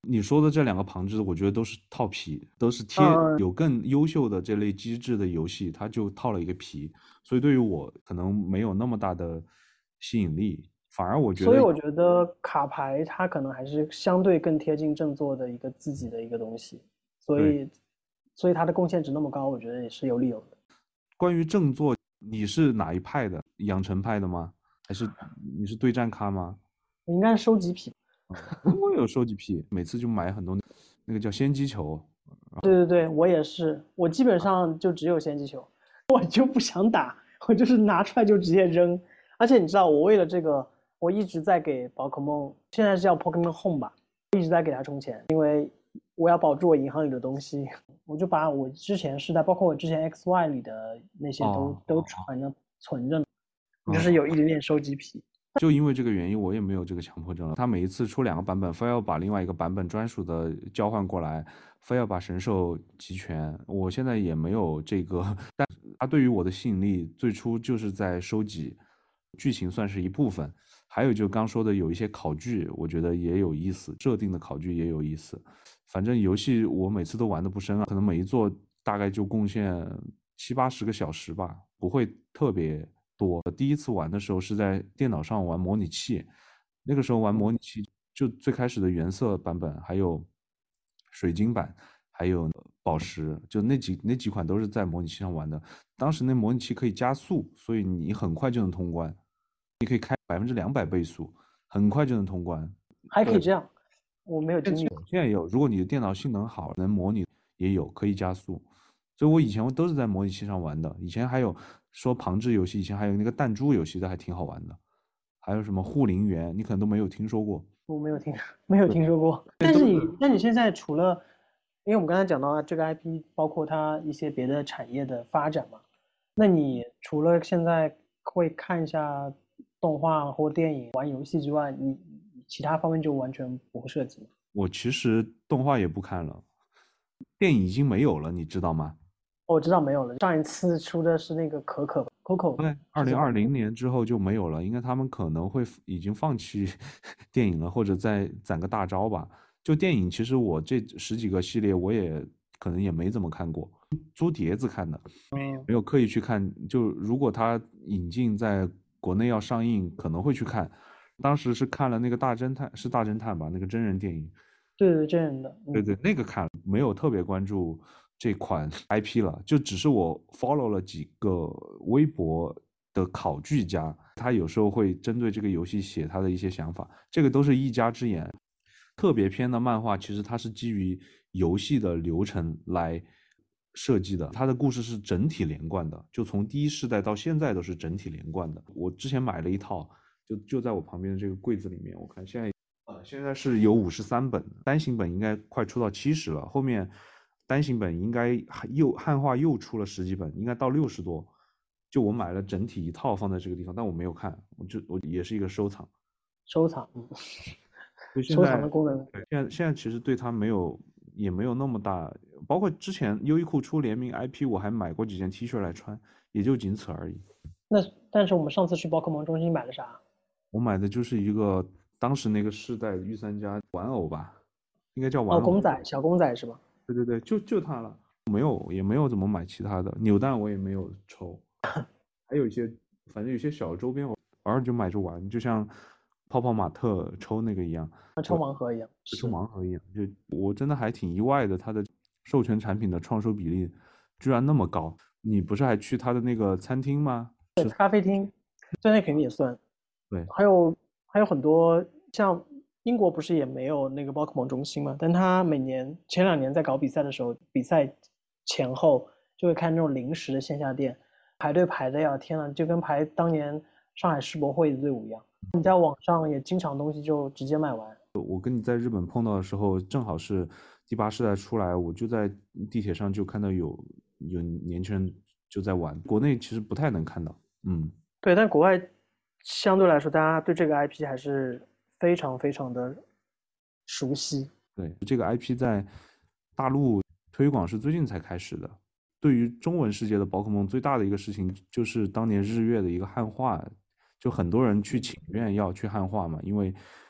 S1: 你说的这两个旁支，我觉得都是套皮，都是贴
S2: 嗯，
S1: 有更优秀的这类机制的游戏，它就套了一个皮，所以对于我可能没有那么大的吸引力，反而我觉得
S2: 所以我觉得卡牌它可能还是相对更贴近正作的一个自己的一个东西，所
S1: 对。
S2: 以所以它的贡献值那么高，我觉得也是有理由的。
S1: 关于正作，你是哪一派的？养成派的吗？还是你是对战咖吗？
S2: 应该是收集癖。
S1: 我有收集癖，每次就买很多那个叫先机球。
S2: 对对对，我也是，我基本上就只有先击球，我就不想打，我就是拿出来就直接扔。而且你知道，我为了这个，我一直在给宝可梦，现在是叫 Pokemon Home 吧，一直在给它充钱，因为我要保住我银行里的东西，我就把我之前是在，包括我之前 XY 里的那些都
S1: 哦
S2: 反正存着呢，我就是
S1: 哦，
S2: 有一点点收集癖。
S1: 就因为这个原因，我也没有这个强迫症了。他每一次出两个版本，非要把另外一个版本专属的交换过来，非要把神兽集全。我现在也没有这个，但它对于我的吸引力，最初就是在收集，剧情算是一部分。还有就刚说的有一些考据，我觉得也有意思，设定的考据也有意思。反正游戏我每次都玩的不深啊，可能每一座大概就贡献70-80个小时吧，不会特别多。第一次玩的时候是在电脑上玩模拟器，那个时候玩模拟器就最开始的原色版本，还有水晶版，还有宝石，就那几款都是在模拟器上玩的。当时那模拟器可以加速，所以你很快就能通关，你可以开200%倍速，很快就能通关。对，
S2: 还可以这样，我没有经历过。
S1: 现在也有，如果你的电脑性能好，能模拟也有，可以加速。所以我以前都是在模拟器上玩的。以前还有说旁支游戏，以前还有那个弹珠游戏的，还挺好玩的。还有什么护林员，你可能都没有听说过。
S2: 我没有
S1: 对，
S2: 听说过。
S1: 这都是
S2: 但你现在除了，因为我们刚才讲到这个 IP，包括它一些别的产业的发展嘛，那你除了现在会看一下动画或电影、玩游戏之外，你其他方面就完全不会涉及吗？
S1: 我其实动画也不看了，电影已经没有了，你知道吗？
S2: 我知道没有了，上一次出的是那个可可吧，Coco
S1: 对，二
S2: 是叫。
S1: 零二零年之后就没有了，应该他们可能会已经放弃电影了，或者再攒个大招吧。就电影，其实我这十几个系列我也可能也没怎么看过，租碟子看的，
S2: 嗯，
S1: 没有刻意去看。就如果它引进在国内要上映，可能会去看。当时是看了那个大侦探，是大侦探吧，那个真人电影。
S2: 对对，这样的，
S1: 对对，那个看了，没有特别关注这款 IP 了，就只是我 follow 了几个微博的考据家，他有时候会针对这个游戏写他的一些想法，这个都是一家之言。特别篇的漫画其实它是基于游戏的流程来设计的，它的故事是整体连贯的，就从第一世代到现在都是整体连贯的。我之前买了一套，就在我旁边的这个柜子里面，我看现在是有53本，单行本应该快出到70了，后面单行本应该汉化又出了十几本，应该到60多。就我买了整体一套放在这个地方，但我没有看，我也是一个收藏。
S2: 收藏，
S1: 就现
S2: 收藏的
S1: 在，
S2: 功能。
S1: 对现在其实对它也没有那么大，包括之前优衣库出联名 IP，我还买过几件 T 恤来穿，也就仅此而已。
S2: 那但是我们上次去宝可梦中心买的啥？
S1: 我买的就是一个当时那个世代的御三家玩偶吧，应该叫玩
S2: 哦，
S1: 偶。
S2: 公仔，小公仔是吧？
S1: 对对对，就它了，也没有怎么买其他的，扭蛋我也没有抽，还有一些反正有些小周边我偶尔就买着玩，就像泡泡玛特抽那个一样，
S2: 像抽盲盒一样。
S1: 抽
S2: 是，
S1: 盲盒一样。就我真的还挺意外的，它的授权产品的创收比例居然那么高。你不是还去他的那个餐厅吗？
S2: 对，咖啡厅，在那肯定也算。
S1: 对，
S2: 还有很多像英国不是也没有那个宝可梦中心嘛？但他每年前2年在搞比赛的时候，比赛前后就会开那种临时的线下店，排队排的呀，天呐，就跟排当年上海世博会的队伍一样。你在网上也经常东西就直接卖完。
S1: 我跟你在日本碰到的时候，正好是第8世代出来，我就在地铁上就看到有年轻人就在玩，国内其实不太能看到。嗯，
S2: 对，但国外相对来说，大家对这个 IP 还是非常非常的熟悉。
S1: 对，这个 IP 在大陆推广是最近才开始的。对于中文世界的宝可梦，最大的一个事情就是当年日月的一个汉化，就很多人去请愿要去汉化嘛，因为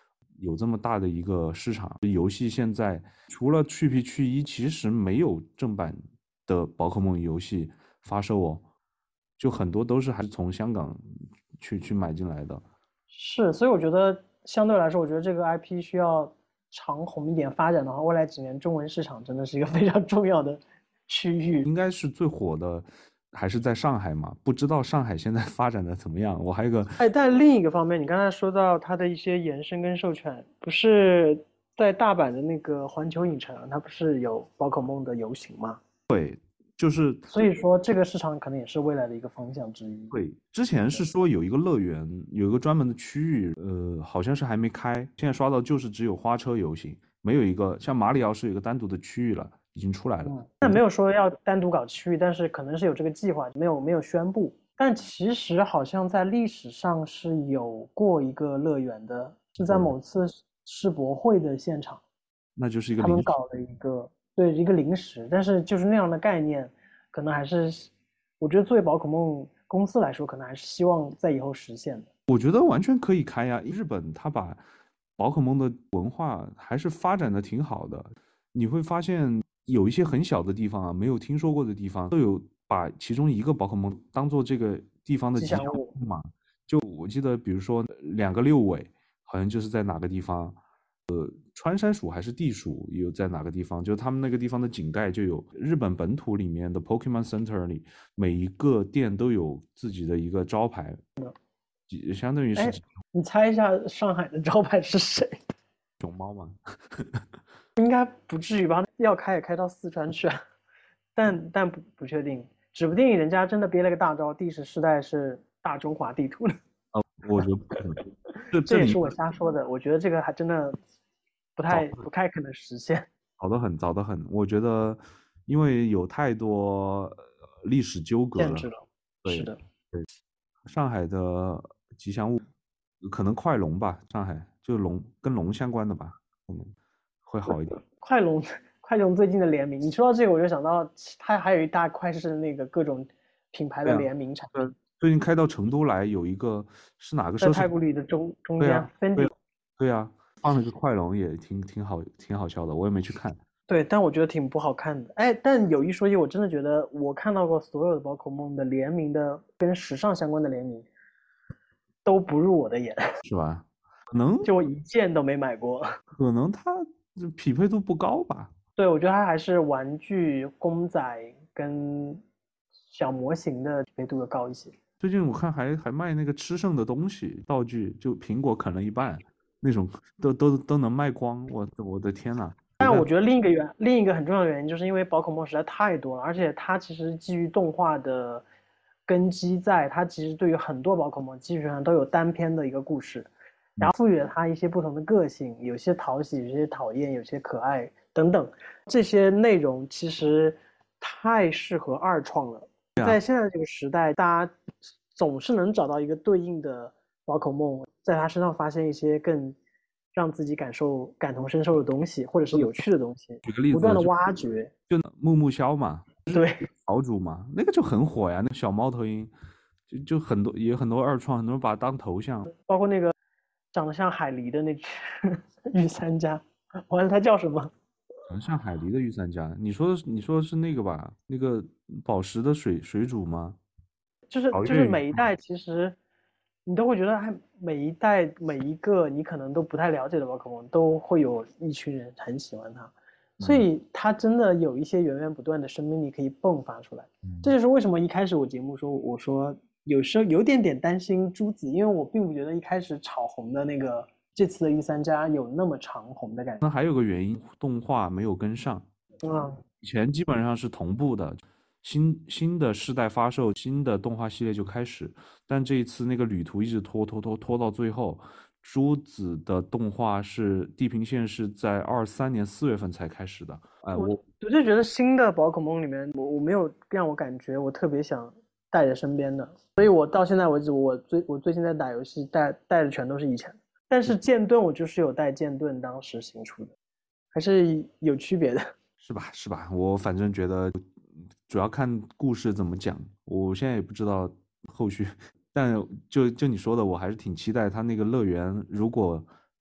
S1: 有这么大的一个市场。游戏现在除了去皮去衣，其实没有正版的宝可梦游戏发售哦，就很多都是还是从香港去买进来的。
S2: 是，所以我觉得相对来说，我觉得这个 IP 需要长红一点发展的话，未来几年中文市场真的是一个非常重要的区域。
S1: 应该是最火的还是在上海嘛？不知道上海现在发展的怎么样？我还有个
S2: 哎，但另一个方面，你刚才说到它的一些延伸跟授权，不是在大阪的那个环球影城，它不是有宝可梦的游行吗？
S1: 就是
S2: 所以说这个市场可能也是未来的一个方向之一。
S1: 对，之前是说有一个乐园，有一个专门的区域，好像是还没开。现在刷到就是只有花车游行，没有一个像马里奥是有一个单独的区域了，已经出来了。
S2: 但没有说要单独搞区域，但是可能是有这个计划，没有宣布。但其实好像在历史上是有过一个乐园的，是在某次世博会的现场，
S1: 那就是一个临时。
S2: 他们搞了一个临时，但是就是那样的概念，可能还是我觉得作为宝可梦公司来说，可能还是希望在以后实现的。
S1: 我觉得完全可以开呀。日本它把宝可梦的文化还是发展的挺好的，你会发现有一些很小的地方啊，没有听说过的地方，都有把其中一个宝可梦当做这个地方的吉祥
S2: 吉祥物。
S1: 物嘛。就我记得，比如说两个六尾，好像就是在哪个地方，川山鼠还是地鼠有在哪个地方，就他们那个地方的井盖就有日本本土里面的 Pokemon Center 里，每一个店都有自己的一个招牌，相当于是
S2: 哎，你猜一下上海的招牌是谁？
S1: 熊猫嘛。
S2: 应该不至于吧？要开也开到四川去啊，但不确定，指不定人家真的憋了个大招，第十世代是大中华地图呢。
S1: 我觉得不可能，这里
S2: 这也是我瞎说的，我觉得这个还真的不太可能实现。
S1: 早得很，早得很。我觉得，因为有太多历史纠葛了。
S2: 限制了。是
S1: 对
S2: 的。
S1: 对，上海的吉祥物可能快龙吧，上海就龙跟龙相关的吧，会好一点。
S2: 快龙，快龙最近的联名，你说到这个，我就想到它还有一大块是那个各种品牌
S1: 对啊，
S2: 的联名产
S1: 对，
S2: 品，
S1: 最近开到成都来有一个是哪个奢侈品？
S2: 在太古里的中间
S1: 对啊，对
S2: ，Fendi。
S1: 啊，对啊，放了个快龙也挺好笑的，我也没去看。
S2: 对，但我觉得挺不好看的。哎，但有一说一，我真的觉得我看到过所有的宝可梦的联名的跟时尚相关的联名都不入我的眼，
S1: 是吧？可能
S2: 就我一件都没买过。
S1: 可能它这匹配度不高吧。
S2: 对，我觉得它还是玩具、公仔跟小模型的匹配度要高一些。
S1: 最近我看还卖那个吃剩的东西道具，就苹果啃了一半，那种都能卖光，我的天呐！
S2: 但我觉得另一个很重要的原因，就是因为宝可梦实在太多了，而且它其实基于动画的根基在，它其实对于很多宝可梦基本上都有单篇的一个故事，然后赋予了它一些不同的个性，有些讨喜，有些讨厌，有些可爱等等，这些内容其实太适合二创了。在现在这个时代，大家总是能找到一个对应的宝可梦，在它身上发现一些更让自己感同身受的东西，或者是有趣的东西，
S1: 举个例子，
S2: 不断的挖掘。
S1: 就木木枭嘛，
S2: 对，
S1: 豪主嘛，那个就很火呀，那个小猫头鹰，就很多也很多二创，很多人把它当头像。
S2: 包括那个长得像海狸的那只御三家，完了它叫什么？
S1: 像海狸的御三家，你说的是那个吧？那个宝石的水煮吗？
S2: 就是
S1: 宝月鱼。
S2: 每一代其实你都会觉得，还每一代每一个你可能都不太了解的宝可梦，都会有一群人很喜欢它，所
S1: 嗯
S2: 以它真的有一些源源不断的生命力可以迸发出来。这
S1: 嗯，
S2: 就是为什么一开始我说有时候有点点担心朱紫，因为我并不觉得一开始炒红的那个这次的御三家有那么长红的感觉。
S1: 那还有个原因，动画没有跟上。
S2: 嗯，
S1: 以前基本上是同步的，新的世代发售，新的动画系列就开始，但这一次那个旅途一直拖到最后，朱紫的动画是地平线是在23年4月份才开始的。哎，
S2: 我就觉得新的宝可梦里面，我没有让我感觉我特别想带在身边的，所以我到现在为止，我最近在打游戏带的全都是以前的，但是剑盾我就是有带剑盾当时新出的，还是有区别的。
S1: 是吧？是吧？我反正觉得主要看故事怎么讲，我现在也不知道后续，但就你说的，我还是挺期待他那个乐园，如果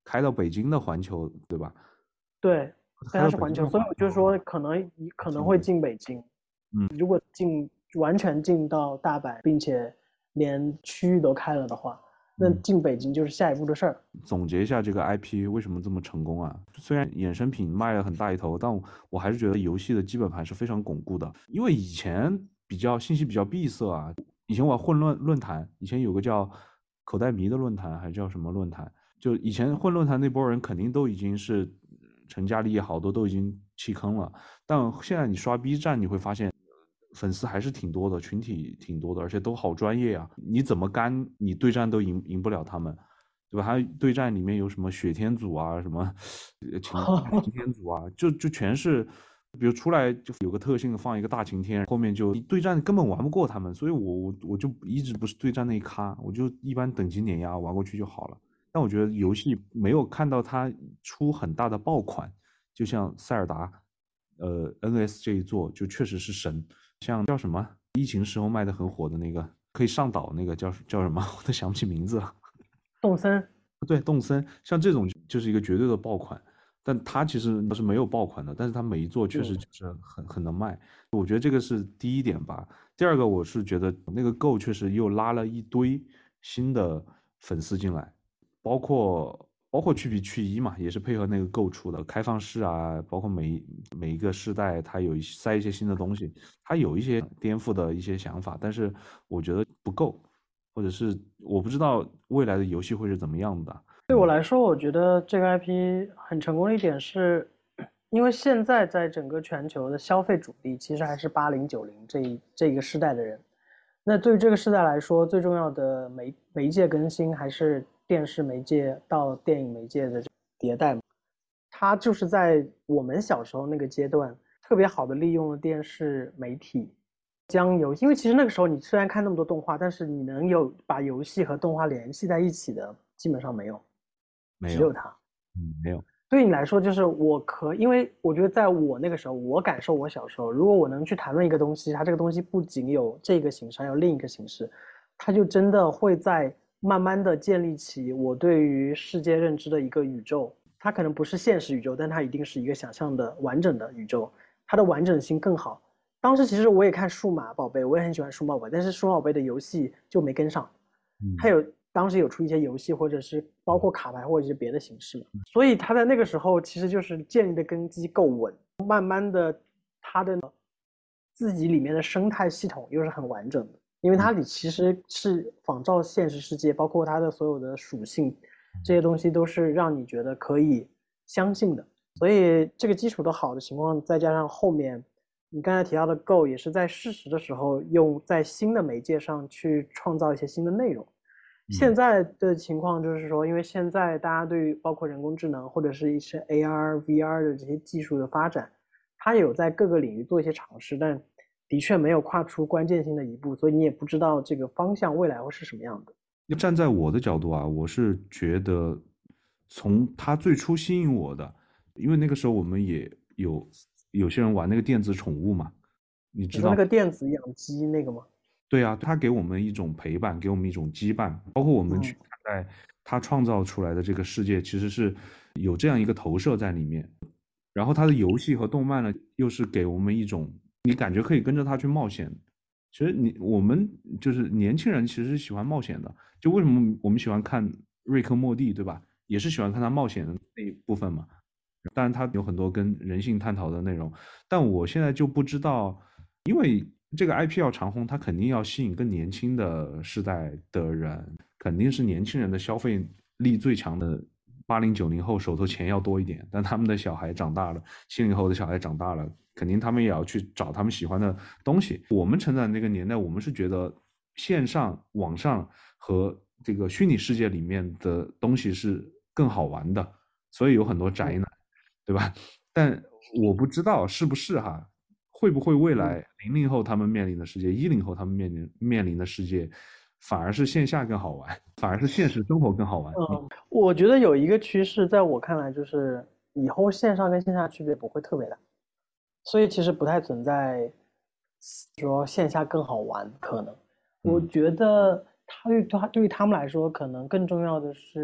S1: 开到北京的环球，对吧？
S2: 对，对，
S1: 开到北京的
S2: 它是环球，所以我就说
S1: 环球的话，
S2: 可能会进北京。
S1: 嗯，
S2: 如果完全进到大阪，并且连区域都开了的话，那进北京就是下一步的事儿。
S1: 总结一下这个 IP 为什么这么成功啊？虽然衍生品卖了很大一头，但我还是觉得游戏的基本盘是非常巩固的。因为以前信息比较闭塞啊，以前我混论坛，以前有个叫口袋迷的论坛，还叫什么论坛？就以前混论坛那波人肯定都已经是成家立业，好多都已经弃坑了。但现在你刷 B 站，你会发现粉丝还是挺多的，群体挺多的，而且都好专业啊！你怎么干，你对战都赢不了他们。对吧？还有对战里面有什么雪天组啊，什么大晴天组啊，就全是，比如出来就有个特性放一个大晴天，后面就对战根本玩不过他们，所以我就一直不是对战那一咖，我就一般等级碾压玩过去就好了。但我觉得游戏没有看到它出很大的爆款，就像塞尔达，NS 这一座就确实是神，像叫什么疫情时候卖的很火的那个可以上岛那个叫什么，我都想不起名字了。
S2: 动森，
S1: 对，动森像这种就是一个绝对的爆款，但它其实是没有爆款的，但是它每一座确实就是很能卖，我觉得这个是第一点吧。第二个，我是觉得那个 Go 确实又拉了一堆新的粉丝进来，包括去皮去一嘛，也是配合那个 Go 出的开放式啊，包括每一个世代它塞一些新的东西，它有一些颠覆的一些想法，但是我觉得不够。或者是我不知道未来的游戏会是怎么样的。
S2: 对我来说，我觉得这个 IP 很成功的一点是，因为现在在整个全球的消费主力其实还是80、90这一个世代的人。那对于这个世代来说，最重要的媒介更新还是电视媒介到电影媒介的迭代嘛。它就是在我们小时候那个阶段，特别好的利用了电视媒体因为其实那个时候你虽然看那么多动画，但是你能把游戏和动画联系在一起的，基本上没有，
S1: 没有，
S2: 只有它。
S1: 没有。
S2: 对你来说，就是因为我觉得在我那个时候，我感受我小时候，如果我能去谈论一个东西，它这个东西不仅有这个形式，还有另一个形式，它就真的会在慢慢的建立起我对于世界认知的一个宇宙。它可能不是现实宇宙，但它一定是一个想象的完整的宇宙，它的完整性更好。当时其实我也看数码宝贝，我也很喜欢数码宝贝，但是数码宝贝的游戏就没跟上。它当时有出一些游戏，或者是包括卡牌或者是别的形式，所以它在那个时候其实就是建立的根基够稳，慢慢的它的自己里面的生态系统又是很完整的，因为它里其实是仿照现实世界，包括它的所有的属性，这些东西都是让你觉得可以相信的。所以这个基础都好的情况，再加上后面你刚才提到的 Go 也是在适时的时候用在新的媒介上去创造一些新的内容。现在的情况就是说，因为现在大家对于包括人工智能或者是一些 AR、VR 的这些技术的发展，它有在各个领域做一些尝试，但的确没有跨出关键性的一步，所以你也不知道这个方向未来会是什么样的。
S1: 站在我的角度啊，我是觉得从它最初吸引我的，因为那个时候我们也有些人玩那个电子宠物嘛，你
S2: 你说
S1: 知道吗？
S2: 那个电子养鸡那个吗？
S1: 对啊，它给我们一种陪伴，给我们一种羁绊，包括我们去
S2: 嗯，
S1: 看待它创造出来的这个世界，其实是有这样一个投射在里面。然后它的游戏和动漫呢，又是给我们一种你感觉可以跟着它去冒险。其实我们就是年轻人，其实是喜欢冒险的。就为什么我们喜欢看瑞克莫蒂，对吧？也是喜欢看他冒险的那一部分嘛。当然，它有很多跟人性探讨的内容，但我现在就不知道，因为这个 IP 要长红，它肯定要吸引更年轻的世代的人，肯定是年轻人的消费力最强的80、90后手头钱要多一点，但他们的小孩长大了，70后的小孩长大了，肯定他们也要去找他们喜欢的东西。我们成长那个年代，我们是觉得线上、网上和这个虚拟世界里面的东西是更好玩的，所以有很多宅男。对吧？但我不知道是不是哈，会不会未来00后他们面临的世界10后他们面临的世界，反而是线下更好玩，反而是现实生活更好玩。
S2: 我觉得有一个趋势，在我看来就是以后线上跟线下区别不会特别大，所以其实不太存在说线下更好玩可能。我觉得对于他们来说，可能更重要的是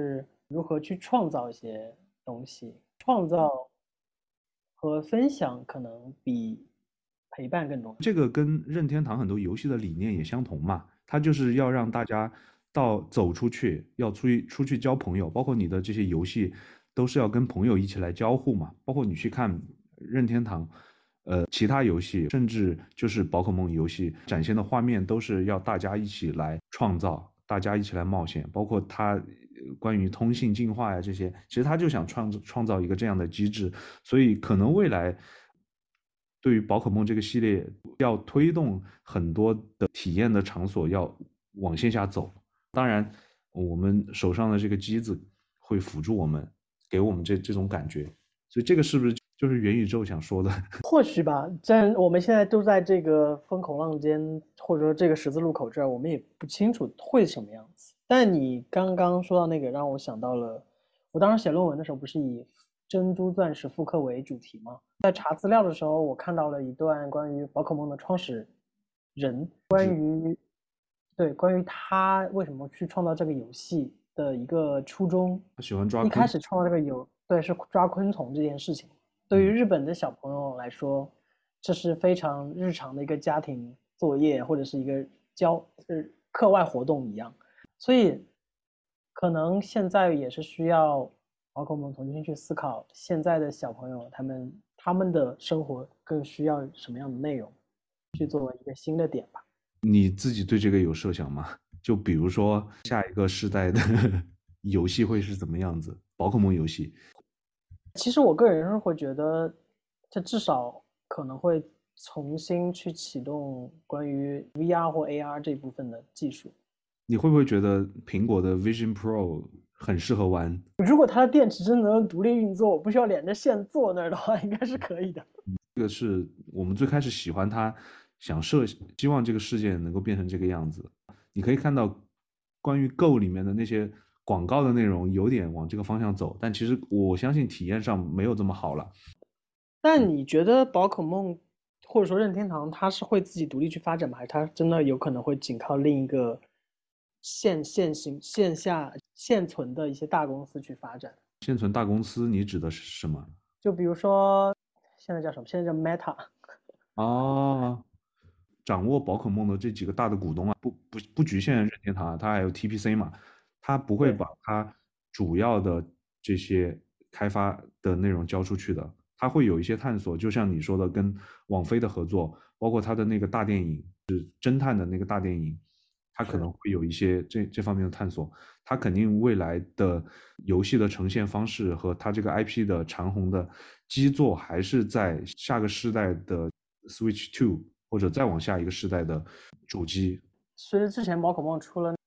S2: 如何去创造一些东西，创造和分享可能比陪伴更重要。
S1: 这个跟任天堂很多游戏的理念也相同嘛，它就是要让大家走出去，要出去交朋友，包括你的这些游戏都是要跟朋友一起来交互嘛，包括你去看任天堂，其他游戏，甚至就是宝可梦游戏展现的画面都是要大家一起来创造，大家一起来冒险，包括它关于通信进化呀这些，其实他就想创造一个这样的机制，所以可能未来对于宝可梦这个系列要推动很多的体验的场所要往线下走。当然，我们手上的这个机子会辅助我们，给我们这种感觉。所以这个是不是就是元宇宙想说的？
S2: 或许吧，但我们现在都在这个风口浪尖，或者说这个十字路口这儿，我们也不清楚会什么样子。但你刚刚说到那个，让我想到了，我当时写论文的时候不是以珍珠钻石复刻为主题吗？在查资料的时候，我看到了一段关于宝可梦的创始人，关于他为什么去创造这个游戏的一个初衷。
S1: 喜欢抓昆，
S2: 一开始创造这个对，是抓昆虫这件事情。对于日本的小朋友来说，这是非常日常的一个家庭作业或者是一个课外活动一样，所以可能现在也是需要宝可梦重新去思考，现在的小朋友他们的生活更需要什么样的内容，去作为一个新的点吧。
S1: 你自己对这个有设想吗？就比如说下一个世代的游戏会是怎么样子？宝可梦游戏，
S2: 其实我个人是会觉得，这至少可能会重新去启动关于 VR 或 AR 这部分的技术。
S1: 你会不会觉得苹果的 Vision Pro 很适合玩？
S2: 如果它的电池真的能独立运作，我不需要连着线坐那儿的话，应该是可以的。
S1: 这个是我们最开始喜欢它，希望这个世界能够变成这个样子。你可以看到关于 Go 里面的那些广告的内容有点往这个方向走，但其实我相信体验上没有这么好了。
S2: 但你觉得宝可梦或者说任天堂它是会自己独立去发展吗？还是它真的有可能会仅靠另一个线下现存的一些大公司去发展？
S1: 现存大公司，你指的是什么？
S2: 就比如说现在叫什么？现在叫 Meta。
S1: 哦，掌握宝可梦的这几个大的股东啊，不局限任天堂啊，它还有 TPC 嘛，它不会
S2: 对，
S1: 把它主要的这些开发的内容交出去的，它会有一些探索，就像你说的，跟网飞的合作，包括它的那个大电影，是侦探的那个大电影，它可
S2: 是。
S1: 能会有一些这方面的探索，它肯定未来的游戏的呈现方式和它这个 IP 的长虹的基座，还是在下个世代的 Switch 2或者再往下一个世代的主机。
S2: 随着之前宝可梦出了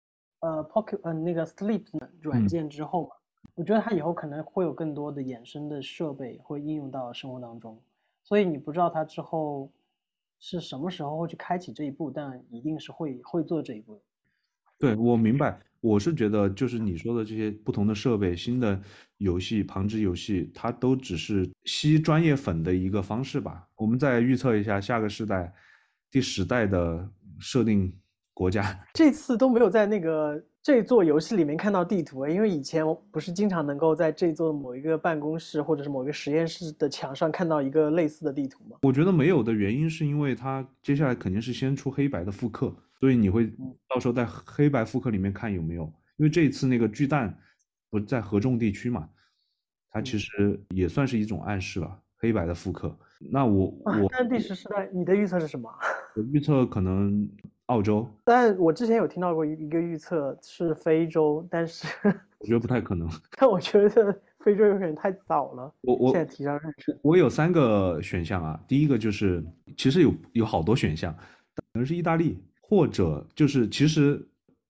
S2: Pocket 那个 Sleep 软
S1: 嗯，
S2: 件之后嘛，我觉得它以后可能会有更多的衍生的设备会应用到生活当中，所以你不知道它之后是什么时候会去开启这一步，但一定是会做这一步的。
S1: 对，我明白。我是觉得，就是你说的这些不同的设备、新的游戏、旁支游戏，它都只是吸专业粉的一个方式吧。我们再预测一下下个世代第10代的设定国家。
S2: 这次都没有在那个这座游戏里面看到地图，因为以前我不是经常能够在这座某一个办公室或者是某一个实验室的墙上看到一个类似的地图吗？
S1: 我觉得没有的原因是因为它接下来肯定是先出黑白的复刻，所以你会到时候在黑白复刻里面看有没有。因为这一次那个巨蛋不是在合众地区嘛，它其
S2: 嗯
S1: 实也算是一种暗示了，黑白的复刻。那我
S2: 啊，
S1: 我
S2: 但是第十世代，你的预测是什么？
S1: 我预测可能澳洲，
S2: 但我之前有听到过一个预测是非洲，但是
S1: 我觉得不太可能。
S2: 但我觉得非洲有点太早了，
S1: 我我
S2: 现在提上日程。
S1: 我有3个选项啊，第一个就是其实有好多选项，可能是意大利，或者就是其实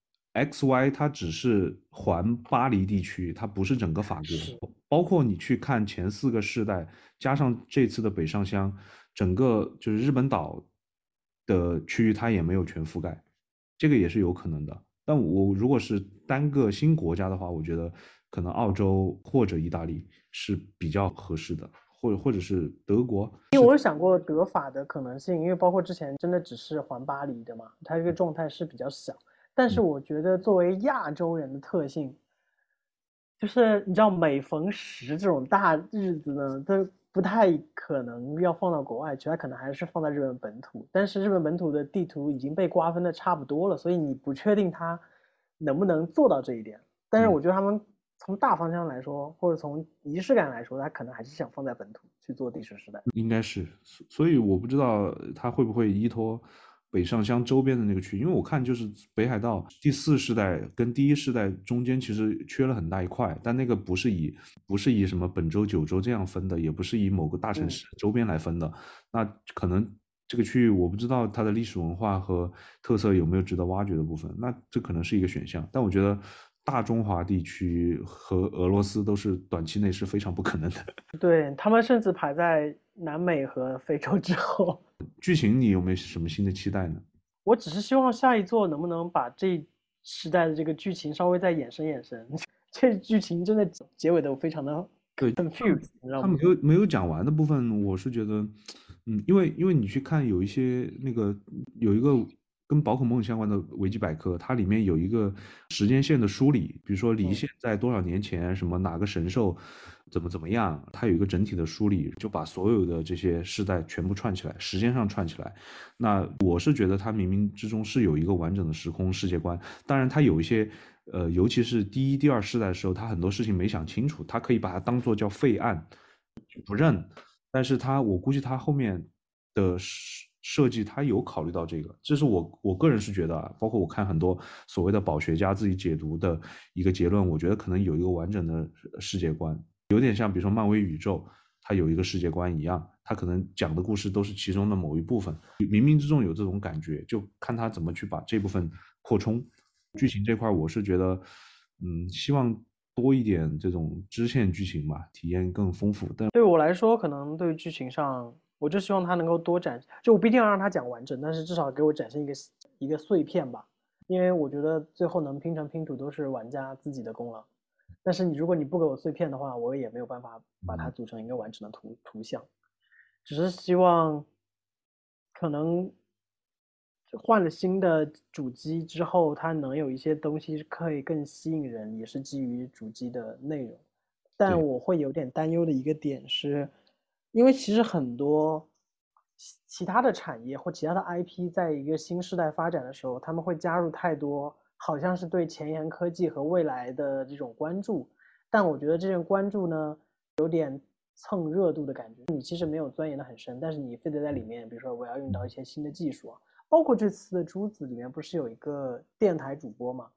S1: XY 它只是环巴黎地区，它不是整个法国，
S2: 是，
S1: 包括你去看前4个世代，加上这次的北上香，整个就是日本岛的区域它也没有全覆盖，这个也是有可能的。但我如果是单个新国家的话，我觉得可能澳洲或者意大利是比较合适的，或者是德国。
S2: 因为我有想过德法的可能性，因为包括之前真的只是环巴黎的嘛，它这个状态是比较小。但是我觉得作为亚洲人的特性， 就是你知道每逢10这种大日子呢，都不太可能要放到国外去，它可能还是放在日本本土。但是日本本土的地图已经被瓜分的差不多了，所以你不确定它能不能做到这一点。但是我觉得他们从大方向来说，或者从仪式感来说，他可能还是想放在本土去做第10世代。
S1: 应该是，所以我不知道他会不会依托北上乡周边的那个区，因为我看就是北海道第4世代跟第1世代中间其实缺了很大一块，但那个不是以什么本州九州这样分的，也不是以某个大城市周边来分的，那可能这个区域我不知道它的历史文化和特色有没有值得挖掘的部分，那这可能是一个选项，但我觉得大中华地区和俄罗斯都是短期内是非常不可能的。
S2: 对，他们甚至排在南美和非洲之后。
S1: 剧情你有没有什么新的期待呢？
S2: 我只是希望下一座能不能把这时代的这个剧情稍微再延伸延伸。这剧情真的结尾的非常的
S1: 对
S2: confused，你知道
S1: 他
S2: 吗？
S1: 没有讲完的部分，我是觉得，因为你去看有一个跟宝可梦相关的维基百科，它里面有一个时间线的梳理，比如说离现在多少年前，什么哪个神兽怎么样，它有一个整体的梳理，就把所有的这些世代全部串起来，时间上串起来。那我是觉得它冥冥之中是有一个完整的时空世界观，当然它有一些。尤其是第1、第2世代的时候，他很多事情没想清楚，他可以把它当做叫废案，不认。但是我估计他后面的设计，他有考虑到这个，这是我个人是觉得啊，包括我看很多所谓的宝学家自己解读的一个结论，我觉得可能有一个完整的世界观，有点像比如说漫威宇宙，它有一个世界观一样，它可能讲的故事都是其中的某一部分，冥冥之中有这种感觉，就看他怎么去把这部分扩充。剧情这块我是觉得，希望多一点这种支线剧情吧，体验更丰富。但
S2: 对我来说，可能对于剧情上，我就希望他能够多展，就我不一定要让他讲完整，但是至少给我展现一个碎片吧。因为我觉得最后能拼成拼图都是玩家自己的功劳。但是如果你不给我碎片的话，我也没有办法把它组成一个完整的图像。只是希望可能换了新的主机之后，它能有一些东西可以更吸引人，也是基于主机的内容。但我会有点担忧的一个点是，因为其实很多其他的产业或其他的 IP 在一个新时代发展的时候，他们会加入太多好像是对前沿科技和未来的这种关注，但我觉得这种关注呢，有点蹭热度的感觉。你其实没有钻研的很深，但是你非得在里面，比如说我要用到一些新的技术啊，包括这次的珠子里面不是有一个电台主播吗？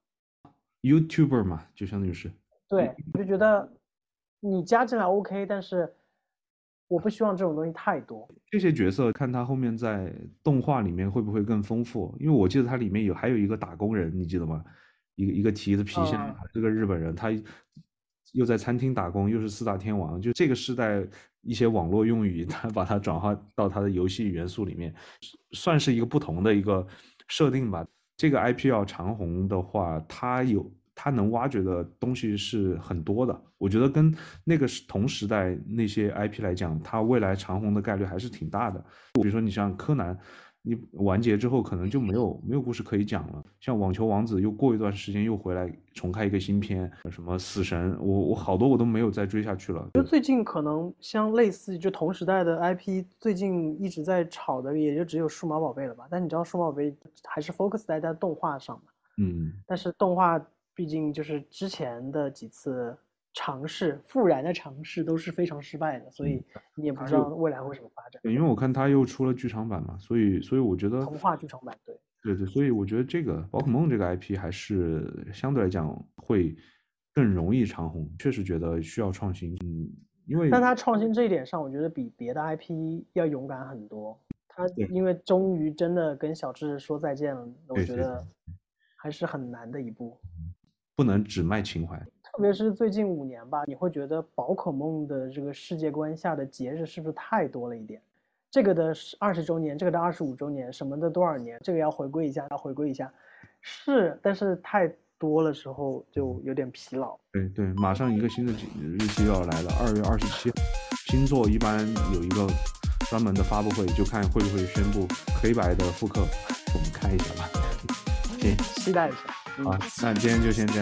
S1: YouTuber 嘛，就相当于是。
S2: 对，我就觉得你加进来 OK，但是我不希望这种东西太多。
S1: 这些角色看他后面在动画里面会不会更丰富？因为我记得他里面还有一个打工人，你记得吗？一个提着皮箱，这个日本人，他又在餐厅打工，又是4大天王，就这个时代一些网络用语，他把它转化到他的游戏元素里面，算是一个不同的一个设定吧。这个 IP 要长红的话，它能挖掘的东西是很多的。我觉得跟那个同时代那些 IP 来讲，它未来长红的概率还是挺大的。比如说你像柯南，你完结之后可能就没有故事可以讲了。像网球王子又过一段时间又回来重开一个新片，什么死神，我好多我都没有再追下去了。
S2: 就最近可能像类似就同时代的 IP，最近一直在炒的也就只有数码宝贝了吧？但你知道数码宝贝还是 focus 在动画上嘛？但是动画毕竟就是之前的几次尝试，复燃的尝试都是非常失败的，所以你也不知道未来会怎么发展。
S1: 因为我看他又出了剧场版嘛，所以我觉得
S2: 童话剧场版，
S1: 对，所以我觉得这个宝可梦这个 IP 还是相对来讲会更容易长红，确实觉得需要创新，因为
S2: 但它创新这一点上，我觉得比别的 IP 要勇敢很多。它因为终于真的跟小智说再见了，我觉得还是很难的一步。
S1: 不能只卖情怀。
S2: 特别是最近5年吧，你会觉得宝可梦的这个世界观下的节日是不是太多了一点？这个的20周年，这个的25周年，什么的多少年，这个要回归一下，要回归一下，是，但是太多了时候就有点疲劳。
S1: 对，马上一个新的日期又要来了，2月27号，星座一般有一个专门的发布会，就看会不会宣布黑白的复刻，我们看一下吧。行，
S2: 期待一下。
S1: 好，那今天就先这样。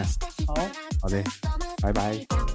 S2: 好。
S1: 好的，拜拜。